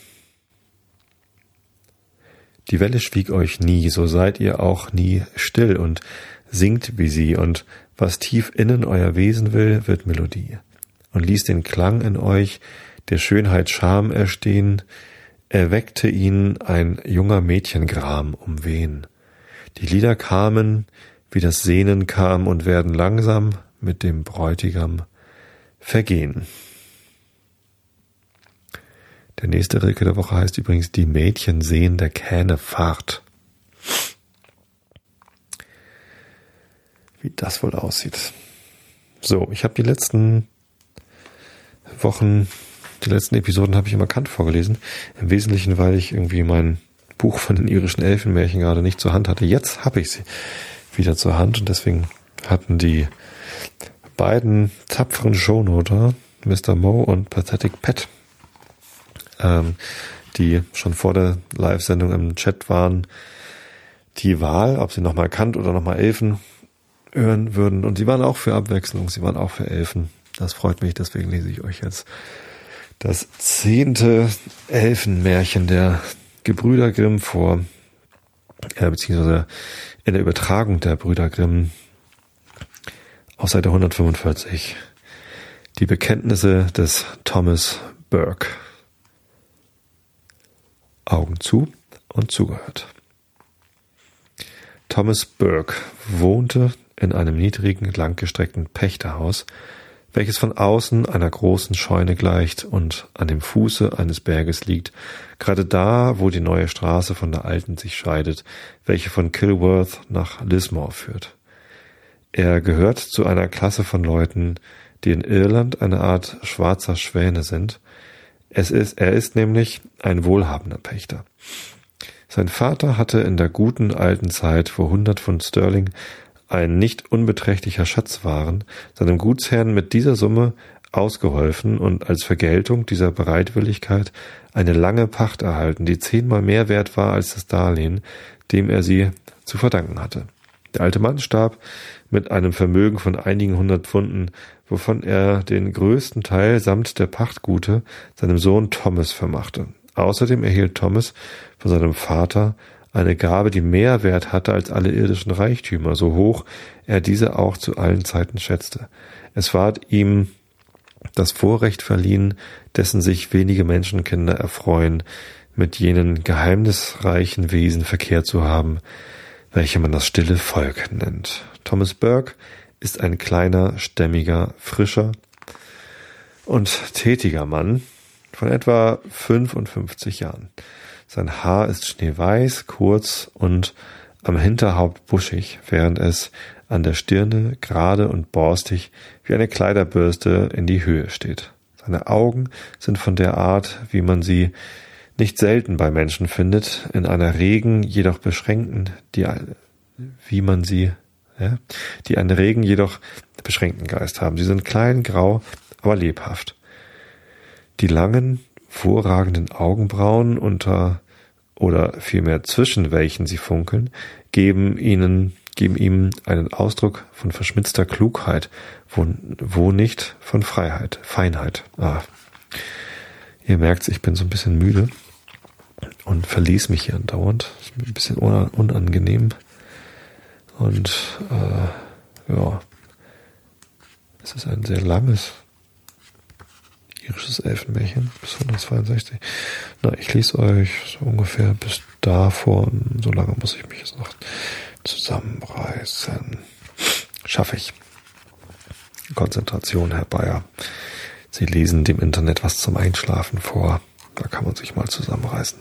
Die Welle schwieg euch nie, so seid ihr auch nie still und singt wie sie, und was tief innen euer Wesen will, wird Melodie. Und ließ den Klang in euch der Schönheit Scham erstehen, erweckte ihn ein junger Mädchengram umwehen. Die Lieder kamen, wie das Sehnen kam, und werden langsam mit dem Bräutigam vergehen. Der nächste Rilke der Woche heißt übrigens Die Mädchen sehen der Kähne Fahrt. Wie das wohl aussieht. So, ich habe die letzten Wochen, die letzten Episoden habe ich immer Kant vorgelesen. Im Wesentlichen, weil ich irgendwie mein Buch von den irischen Elfenmärchen gerade nicht zur Hand hatte. Jetzt habe ich sie wieder zur Hand, und deswegen hatten die beiden tapferen Shownoter, Mister Mo und Pathetic Pet, ähm, die schon vor der Live-Sendung im Chat waren, die Wahl, ob sie nochmal Kant oder nochmal Elfen hören würden. Und sie waren auch für Abwechslung, sie waren auch für Elfen. Das freut mich, deswegen lese ich euch jetzt das zehnte Elfenmärchen der Gebrüder Grimm vor, äh, beziehungsweise in der Übertragung der Brüder Grimm auf Seite hundertfünfundvierzig. Die Bekenntnisse des Thomas Burke. Augen zu und zugehört. Thomas Burke wohnte in einem niedrigen, langgestreckten Pächterhaus, welches von außen einer großen Scheune gleicht und an dem Fuße eines Berges liegt, gerade da, wo die neue Straße von der alten sich scheidet, welche von Kilworth nach Lismore führt. Er gehört zu einer Klasse von Leuten, die in Irland eine Art schwarzer Schwäne sind. Es ist, er ist nämlich ein wohlhabender Pächter. Sein Vater hatte in der guten alten Zeit, wo hundert Pfund Sterling ein nicht unbeträchtlicher Schatz waren, seinem Gutsherrn mit dieser Summe ausgeholfen und als Vergeltung dieser Bereitwilligkeit eine lange Pacht erhalten, die zehnmal mehr wert war als das Darlehen, dem er sie zu verdanken hatte. Der alte Mann starb mit einem Vermögen von einigen hundert Pfunden, wovon er den größten Teil samt der Pachtgute seinem Sohn Thomas vermachte. Außerdem erhielt Thomas von seinem Vater eine Gabe, die mehr Wert hatte als alle irdischen Reichtümer, so hoch er diese auch zu allen Zeiten schätzte. Es ward ihm das Vorrecht verliehen, dessen sich wenige Menschenkinder erfreuen, mit jenen geheimnisreichen Wesen Verkehr zu haben, welche man das stille Volk nennt. Thomas Burke ist ein kleiner, stämmiger, frischer und tätiger Mann von etwa fünfundfünfzig Jahren. Sein Haar ist schneeweiß, kurz und am Hinterhaupt buschig, während es an der Stirne gerade und borstig wie eine Kleiderbürste in die Höhe steht. Seine Augen sind von der Art, wie man sie nicht selten bei Menschen findet, in einer regen, jedoch beschränkten, die, wie man sie, ja, die einen regen, jedoch beschränkten Geist haben. Sie sind klein, grau, aber lebhaft. Die langen, vorragenden Augenbrauen unter oder vielmehr zwischen welchen sie funkeln, geben ihnen, geben ihm einen Ausdruck von verschmitzter Klugheit, wo, wo nicht von Freiheit, Feinheit. Ah. Ihr merkt, ich bin so ein bisschen müde und verließ mich hier andauernd. Ist mir ein bisschen unangenehm. Und äh, ja, es ist ein sehr langes irisches Elfenmärchen bis hundertzweiundsechzig. Na, ich lese euch so ungefähr bis davor und so lange muss ich mich jetzt noch zusammenreißen. Schaffe ich. Konzentration, Herr Bayer. Sie lesen dem Internet was zum Einschlafen vor. Da kann man sich mal zusammenreißen.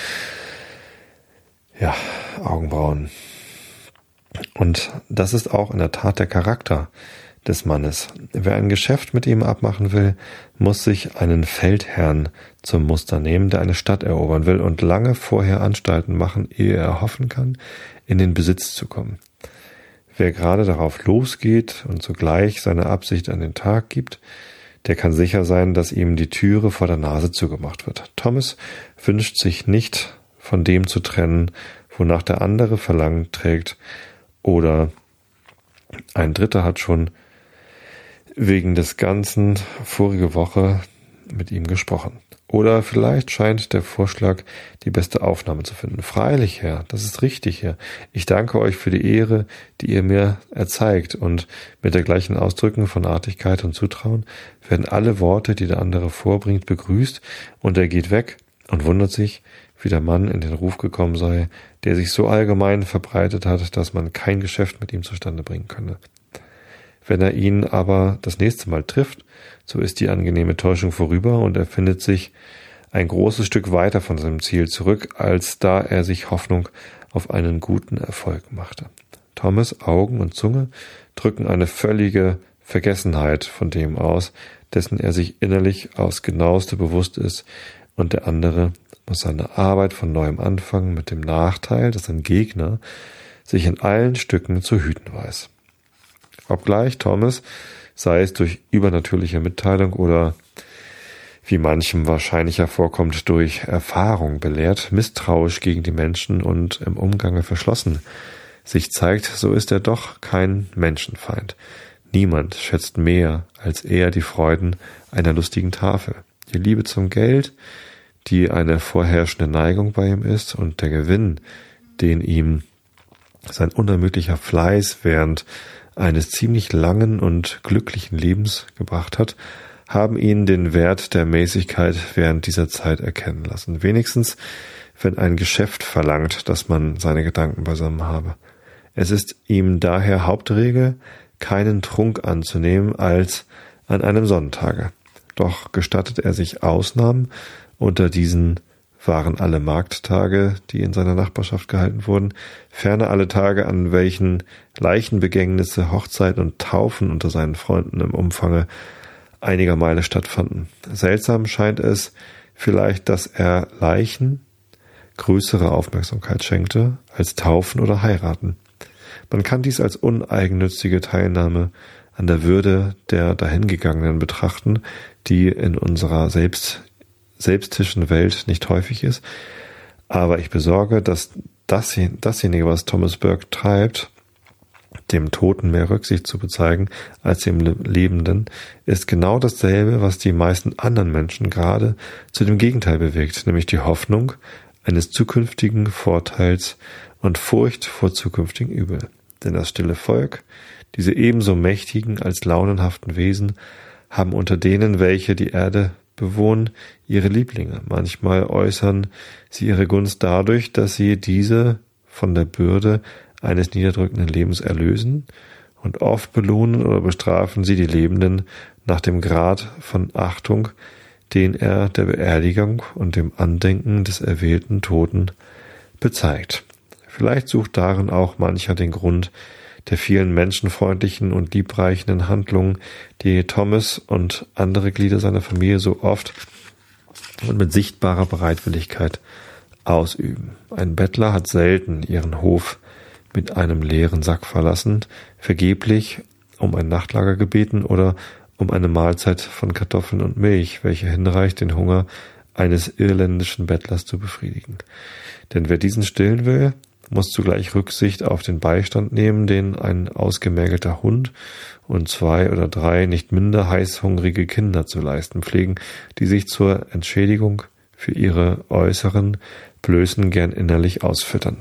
Ja, Augenbrauen. Und das ist auch in der Tat der Charakter des Mannes. Wer ein Geschäft mit ihm abmachen will, muss sich einen Feldherrn zum Muster nehmen, der eine Stadt erobern will und lange vorher Anstalten machen, ehe er hoffen kann, in den Besitz zu kommen. Wer gerade darauf losgeht und sogleich seine Absicht an den Tag gibt, der kann sicher sein, dass ihm die Türe vor der Nase zugemacht wird. Thomas wünscht sich nicht, von dem zu trennen, wonach der andere Verlangen trägt, oder ein Dritter hat schon wegen des Ganzen vorige Woche mit ihm gesprochen. Oder vielleicht scheint der Vorschlag die beste Aufnahme zu finden. Freilich, Herr, das ist richtig, Herr. Ich danke euch für die Ehre, die ihr mir erzeigt, und mit der gleichen Ausdrücken von Artigkeit und Zutrauen werden alle Worte, die der andere vorbringt, begrüßt, und er geht weg und wundert sich, wie der Mann in den Ruf gekommen sei, der sich so allgemein verbreitet hat, dass man kein Geschäft mit ihm zustande bringen könne. Wenn er ihn aber das nächste Mal trifft, so ist die angenehme Täuschung vorüber und er findet sich ein großes Stück weiter von seinem Ziel zurück, als da er sich Hoffnung auf einen guten Erfolg machte. Thomas' Augen und Zunge drücken eine völlige Vergessenheit von dem aus, dessen er sich innerlich aufs genaueste bewusst ist, und der andere muss seine Arbeit von neuem anfangen, mit dem Nachteil, dass ein Gegner sich in allen Stücken zu hüten weiß. Obgleich Thomas, sei es durch übernatürliche Mitteilung oder wie manchem wahrscheinlich hervorkommt, durch Erfahrung belehrt, misstrauisch gegen die Menschen und im Umgange verschlossen sich zeigt, so ist er doch kein Menschenfeind. Niemand schätzt mehr als er die Freuden einer lustigen Tafel. Die Liebe zum Geld, die eine vorherrschende Neigung bei ihm ist, und der Gewinn, den ihm sein unermüdlicher Fleiß während eines ziemlich langen und glücklichen Lebens gebracht hat, haben ihn den Wert der Mäßigkeit während dieser Zeit erkennen lassen. Wenigstens, wenn ein Geschäft verlangt, dass man seine Gedanken beisammen habe. Es ist ihm daher Hauptregel, keinen Trunk anzunehmen als an einem Sonntage. Doch gestattet er sich Ausnahmen. Unter diesen waren alle Markttage, die in seiner Nachbarschaft gehalten wurden, ferner alle Tage, an welchen Leichenbegängnisse, Hochzeiten und Taufen unter seinen Freunden im Umfange einiger Meile stattfanden. Seltsam scheint es vielleicht, dass er Leichen größere Aufmerksamkeit schenkte als Taufen oder Heiraten. Man kann dies als uneigennützige Teilnahme an der Würde der Dahingegangenen betrachten, die in unserer selbst, selbsttischen Welt nicht häufig ist. Aber ich besorge, dass das, dasjenige, was Thomas Burke treibt, dem Toten mehr Rücksicht zu bezeigen als dem Lebenden, ist genau dasselbe, was die meisten anderen Menschen gerade zu dem Gegenteil bewegt, nämlich die Hoffnung eines zukünftigen Vorteils und Furcht vor zukünftigen Übel. Denn das stille Volk, diese ebenso mächtigen als launenhaften Wesen, haben unter denen, welche die Erde bewohnen, ihre Lieblinge. Manchmal äußern sie ihre Gunst dadurch, dass sie diese von der Bürde eines niederdrückenden Lebens erlösen, und oft belohnen oder bestrafen sie die Lebenden nach dem Grad von Achtung, den er der Beerdigung und dem Andenken des erwählten Toten bezeigt. Vielleicht sucht darin auch mancher den Grund der vielen menschenfreundlichen und liebreichenden Handlungen, die Thomas und andere Glieder seiner Familie so oft und mit sichtbarer Bereitwilligkeit ausüben. Ein Bettler hat selten ihren Hof mit einem leeren Sack verlassen, vergeblich um ein Nachtlager gebeten oder um eine Mahlzeit von Kartoffeln und Milch, welche hinreicht, den Hunger eines irländischen Bettlers zu befriedigen. Denn wer diesen stillen will, muss zugleich Rücksicht auf den Beistand nehmen, den ein ausgemergelter Hund und zwei oder drei nicht minder heißhungrige Kinder zu leisten pflegen, die sich zur Entschädigung für ihre äußeren Blößen gern innerlich ausfüttern.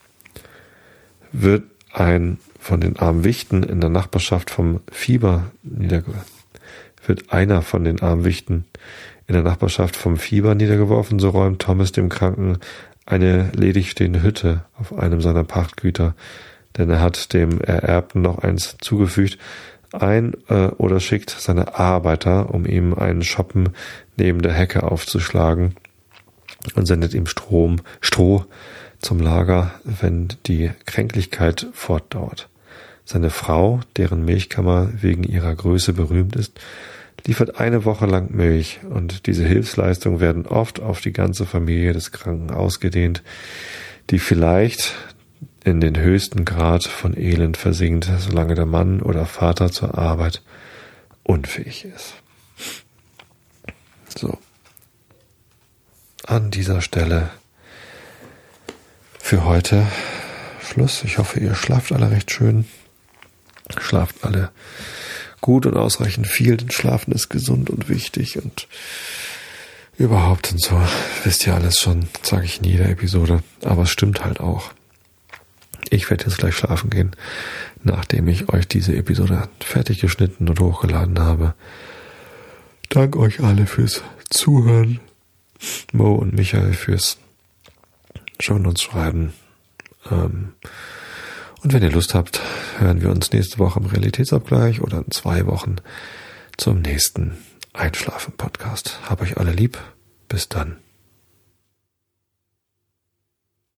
Wird ein von den armen Wichten in der Nachbarschaft vom Fieber niederge wird einer von den armen Wichten in der Nachbarschaft vom Fieber niedergeworfen, so räumt Thomas dem Kranken eine ledig stehende Hütte auf einem seiner Pachtgüter, denn er hat dem Ererbten noch eins zugefügt, ein äh, oder schickt seine Arbeiter, um ihm einen Schoppen neben der Hecke aufzuschlagen, und sendet ihm Strom, Stroh zum Lager, wenn die Kränklichkeit fortdauert. Seine Frau, deren Milchkammer wegen ihrer Größe berühmt ist, liefert eine Woche lang Milch, und diese Hilfsleistungen werden oft auf die ganze Familie des Kranken ausgedehnt, die vielleicht in den höchsten Grad von Elend versinkt, solange der Mann oder Vater zur Arbeit unfähig ist. So. An dieser Stelle für heute Schluss. Ich hoffe, ihr schlaft alle recht schön. Schlaft alle gut und ausreichend viel, denn Schlafen ist gesund und wichtig und überhaupt und so. Wisst ihr alles schon, sage ich in jeder Episode, aber es stimmt halt auch. Ich werde jetzt gleich schlafen gehen, nachdem ich euch diese Episode fertig geschnitten und hochgeladen habe. Dank euch alle fürs Zuhören. Mo und Michael fürs Schon uns schreiben. Ähm, und wenn ihr Lust habt, hören wir uns nächste Woche im Realitätsabgleich oder in zwei Wochen zum nächsten Einschlafen-Podcast. Hab euch alle lieb. Bis dann.